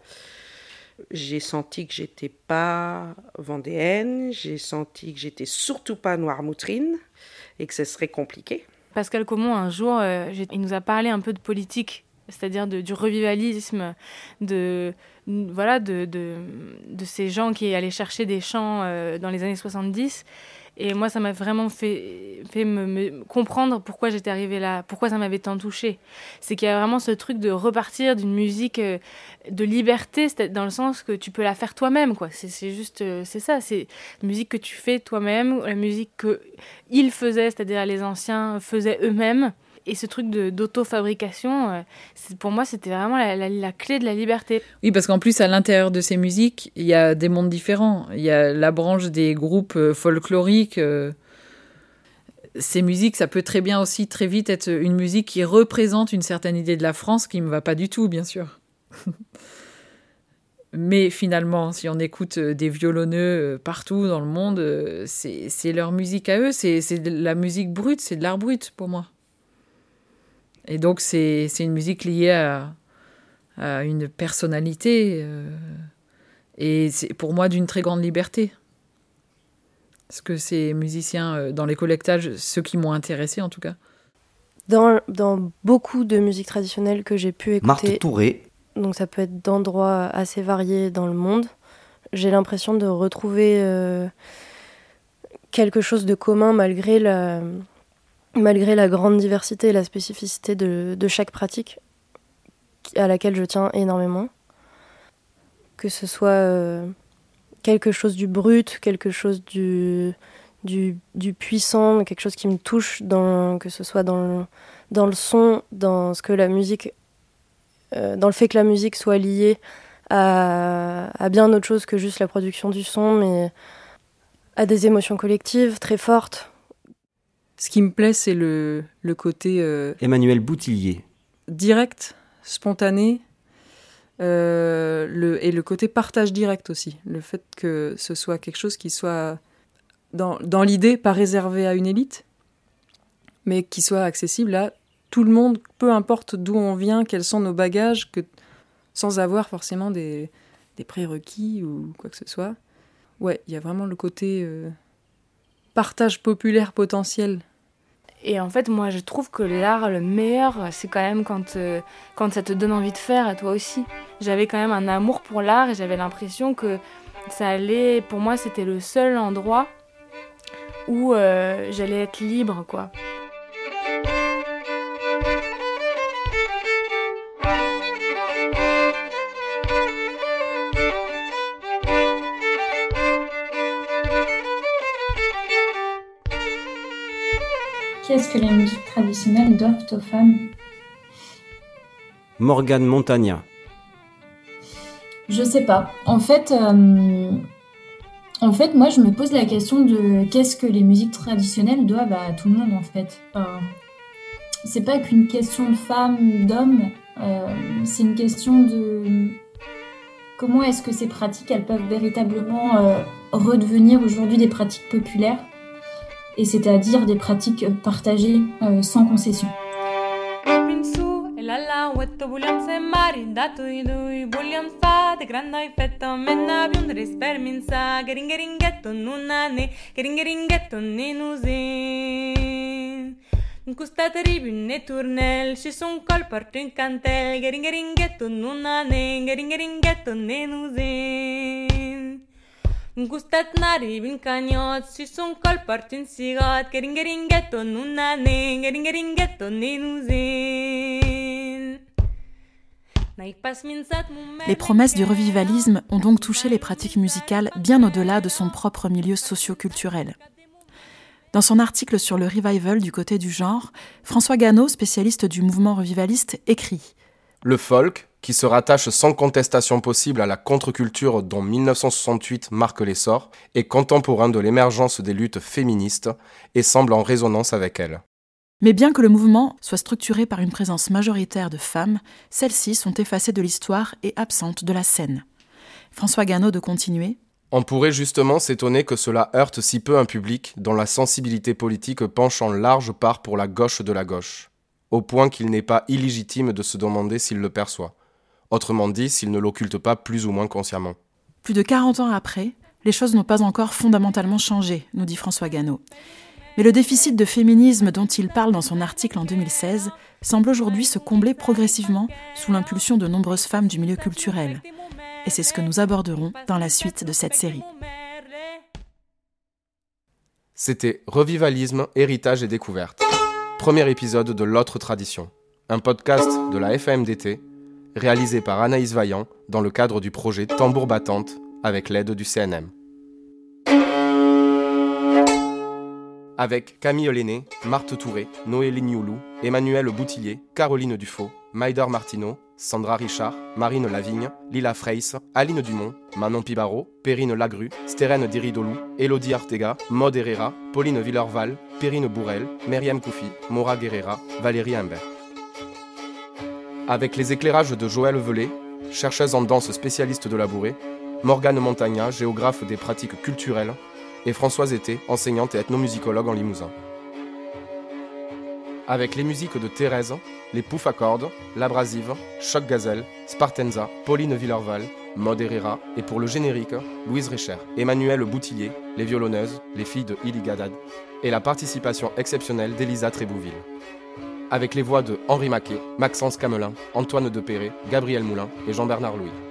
j'ai senti que j'étais pas vendéenne, j'ai senti que j'étais surtout pas noirmoutrine et que ce serait compliqué. Pascal Caumont, un jour, euh, il nous a parlé un peu de politique, c'est-à-dire de, du revivalisme, de, voilà, de, de, de ces gens qui allaient chercher des chants euh, dans les années soixante-dix. Et moi, ça m'a vraiment fait, fait me, me comprendre pourquoi j'étais arrivée là, pourquoi ça m'avait tant touchée. C'est qu'il y a vraiment ce truc de repartir d'une musique euh, de liberté, dans le sens que tu peux la faire toi-même, quoi. C'est, c'est juste, euh, c'est ça, c'est la musique que tu fais toi-même, la musique qu'ils faisaient, c'est-à-dire les anciens faisaient eux-mêmes. Et ce truc de, d'auto-fabrication, euh, c'est, pour moi, c'était vraiment la, la, la clé de la liberté. Oui, parce qu'en plus, à l'intérieur de ces musiques, il y a des mondes différents. Il y a la branche des groupes euh, folkloriques. Euh, ces musiques, ça peut très bien aussi, très vite, être une musique qui représente une certaine idée de la France, qui ne me va pas du tout, bien sûr. Mais finalement, si on écoute des violonneux partout dans le monde, c'est, c'est leur musique à eux. C'est, c'est de la musique brute, c'est de l'art brut, pour moi. Et donc, c'est, c'est une musique liée à, à une personnalité. Euh, et c'est pour moi d'une très grande liberté. Parce que ces musiciens, euh, dans les collectages, ceux qui m'ont intéressée en tout cas. Dans, dans beaucoup de musique traditionnelle que j'ai pu écouter, Marthe Touré, donc ça peut être d'endroits assez variés dans le monde, j'ai l'impression de retrouver euh, quelque chose de commun malgré la... malgré la grande diversité et la spécificité de, de chaque pratique à laquelle je tiens énormément. Que ce soit euh, quelque chose du brut, quelque chose du, du, du puissant, quelque chose qui me touche, dans, que ce soit dans le, dans le son, dans ce que la musique euh, dans le fait que la musique soit liée à, à bien autre chose que juste la production du son, mais à des émotions collectives très fortes. Ce qui me plaît, c'est le, le côté... Euh, Emmanuel Boutillier. Direct, spontané, euh, le, et le côté partage direct aussi. Le fait que ce soit quelque chose qui soit, dans, dans l'idée, pas réservé à une élite, mais qui soit accessible à tout le monde, peu importe d'où on vient, quels sont nos bagages, que, sans avoir forcément des, des prérequis ou quoi que ce soit. Ouais, il y a vraiment le côté euh, partage populaire potentiel. Et en fait, moi, je trouve que l'art, le meilleur, c'est quand même quand, euh, quand ça te donne envie de faire, à toi aussi. J'avais quand même un amour pour l'art et j'avais l'impression que ça allait... Pour moi, c'était le seul endroit où euh, j'allais être libre, quoi. Qu'est-ce que les musiques traditionnelles doivent aux femmes ? Morgane Montagna. Je sais pas. En fait, euh, en fait, moi, je me pose la question de qu'est-ce que les musiques traditionnelles doivent à tout le monde, en fait. Enfin, c'est pas qu'une question de femmes, d'hommes. Euh, c'est une question de comment est-ce que ces pratiques, elles peuvent véritablement euh, redevenir aujourd'hui des pratiques populaires. Et c'est-à-dire des pratiques partagées euh, sans concession. Gustat nari bin cagnot, si son col porte une cigotte, geringeringhetto nunane, geringeringhetto nenuzin. Les promesses du revivalisme ont donc touché les pratiques musicales bien au-delà de son propre milieu socio-culturel. Dans son article sur le revival du côté du genre, François Gannot, spécialiste du mouvement revivaliste, écrit « Le folk, qui se rattache sans contestation possible à la contre-culture dont mille neuf cent soixante-huit marque l'essor, est contemporain de l'émergence des luttes féministes et semble en résonance avec elles. » Mais bien que le mouvement soit structuré par une présence majoritaire de femmes, celles-ci sont effacées de l'histoire et absentes de la scène. François Gannot de continuer. On pourrait justement s'étonner que cela heurte si peu un public dont la sensibilité politique penche en large part pour la gauche de la gauche, au point qu'il n'est pas illégitime de se demander s'il le perçoit. Autrement dit, s'il ne l'occulte pas plus ou moins consciemment. Plus de quarante ans après, les choses n'ont pas encore fondamentalement changé, nous dit François Gannot. Mais le déficit de féminisme dont il parle dans son article en deux mille seize semble aujourd'hui se combler progressivement sous l'impulsion de nombreuses femmes du milieu culturel. Et c'est ce que nous aborderons dans la suite de cette série. C'était Revivalisme, héritage et découverte. Premier épisode de L'autre tradition, un podcast de la F A M D T, réalisé par Anaïs Vaillant dans le cadre du projet Tambour Battante avec l'aide du C N M. Avec Camille Lenné, Marthe Touré, Noélie Nioulou, Emmanuel Boutillier, Caroline Dufaux, Maïdar Martineau, Sandra Richard, Marine Lavigne, Lila Freys, Aline Dumont, Manon Pibaro, Perrine Lagru, Stérène Diridolou, Elodie Artega, Maud Herrera, Pauline Villerval, Perrine Bourrel, Myriam Koufi, Maura Guerrera, Valérie Imbert. Avec les éclairages de Joël Velay, chercheuse en danse spécialiste de la bourrée, Morgane Montagna, géographe des pratiques culturelles, et Françoise Été, enseignante et ethnomusicologue en Limousin. Avec les musiques de Thérèse, les Poufs à cordes, L'Abrasive, Choc Gazelle, Spartenza, Pauline Villerval, Maud Herrera, et pour le générique, Louise Recher, Emmanuel Boutillier, les violonneuses, les filles de Ili Gadad, et la participation exceptionnelle d'Elisa Trébouville. Avec les voix de Henri Maquet, Maxence Camelin, Antoine Depéré, Gabriel Moulin et Jean-Bernard Louis.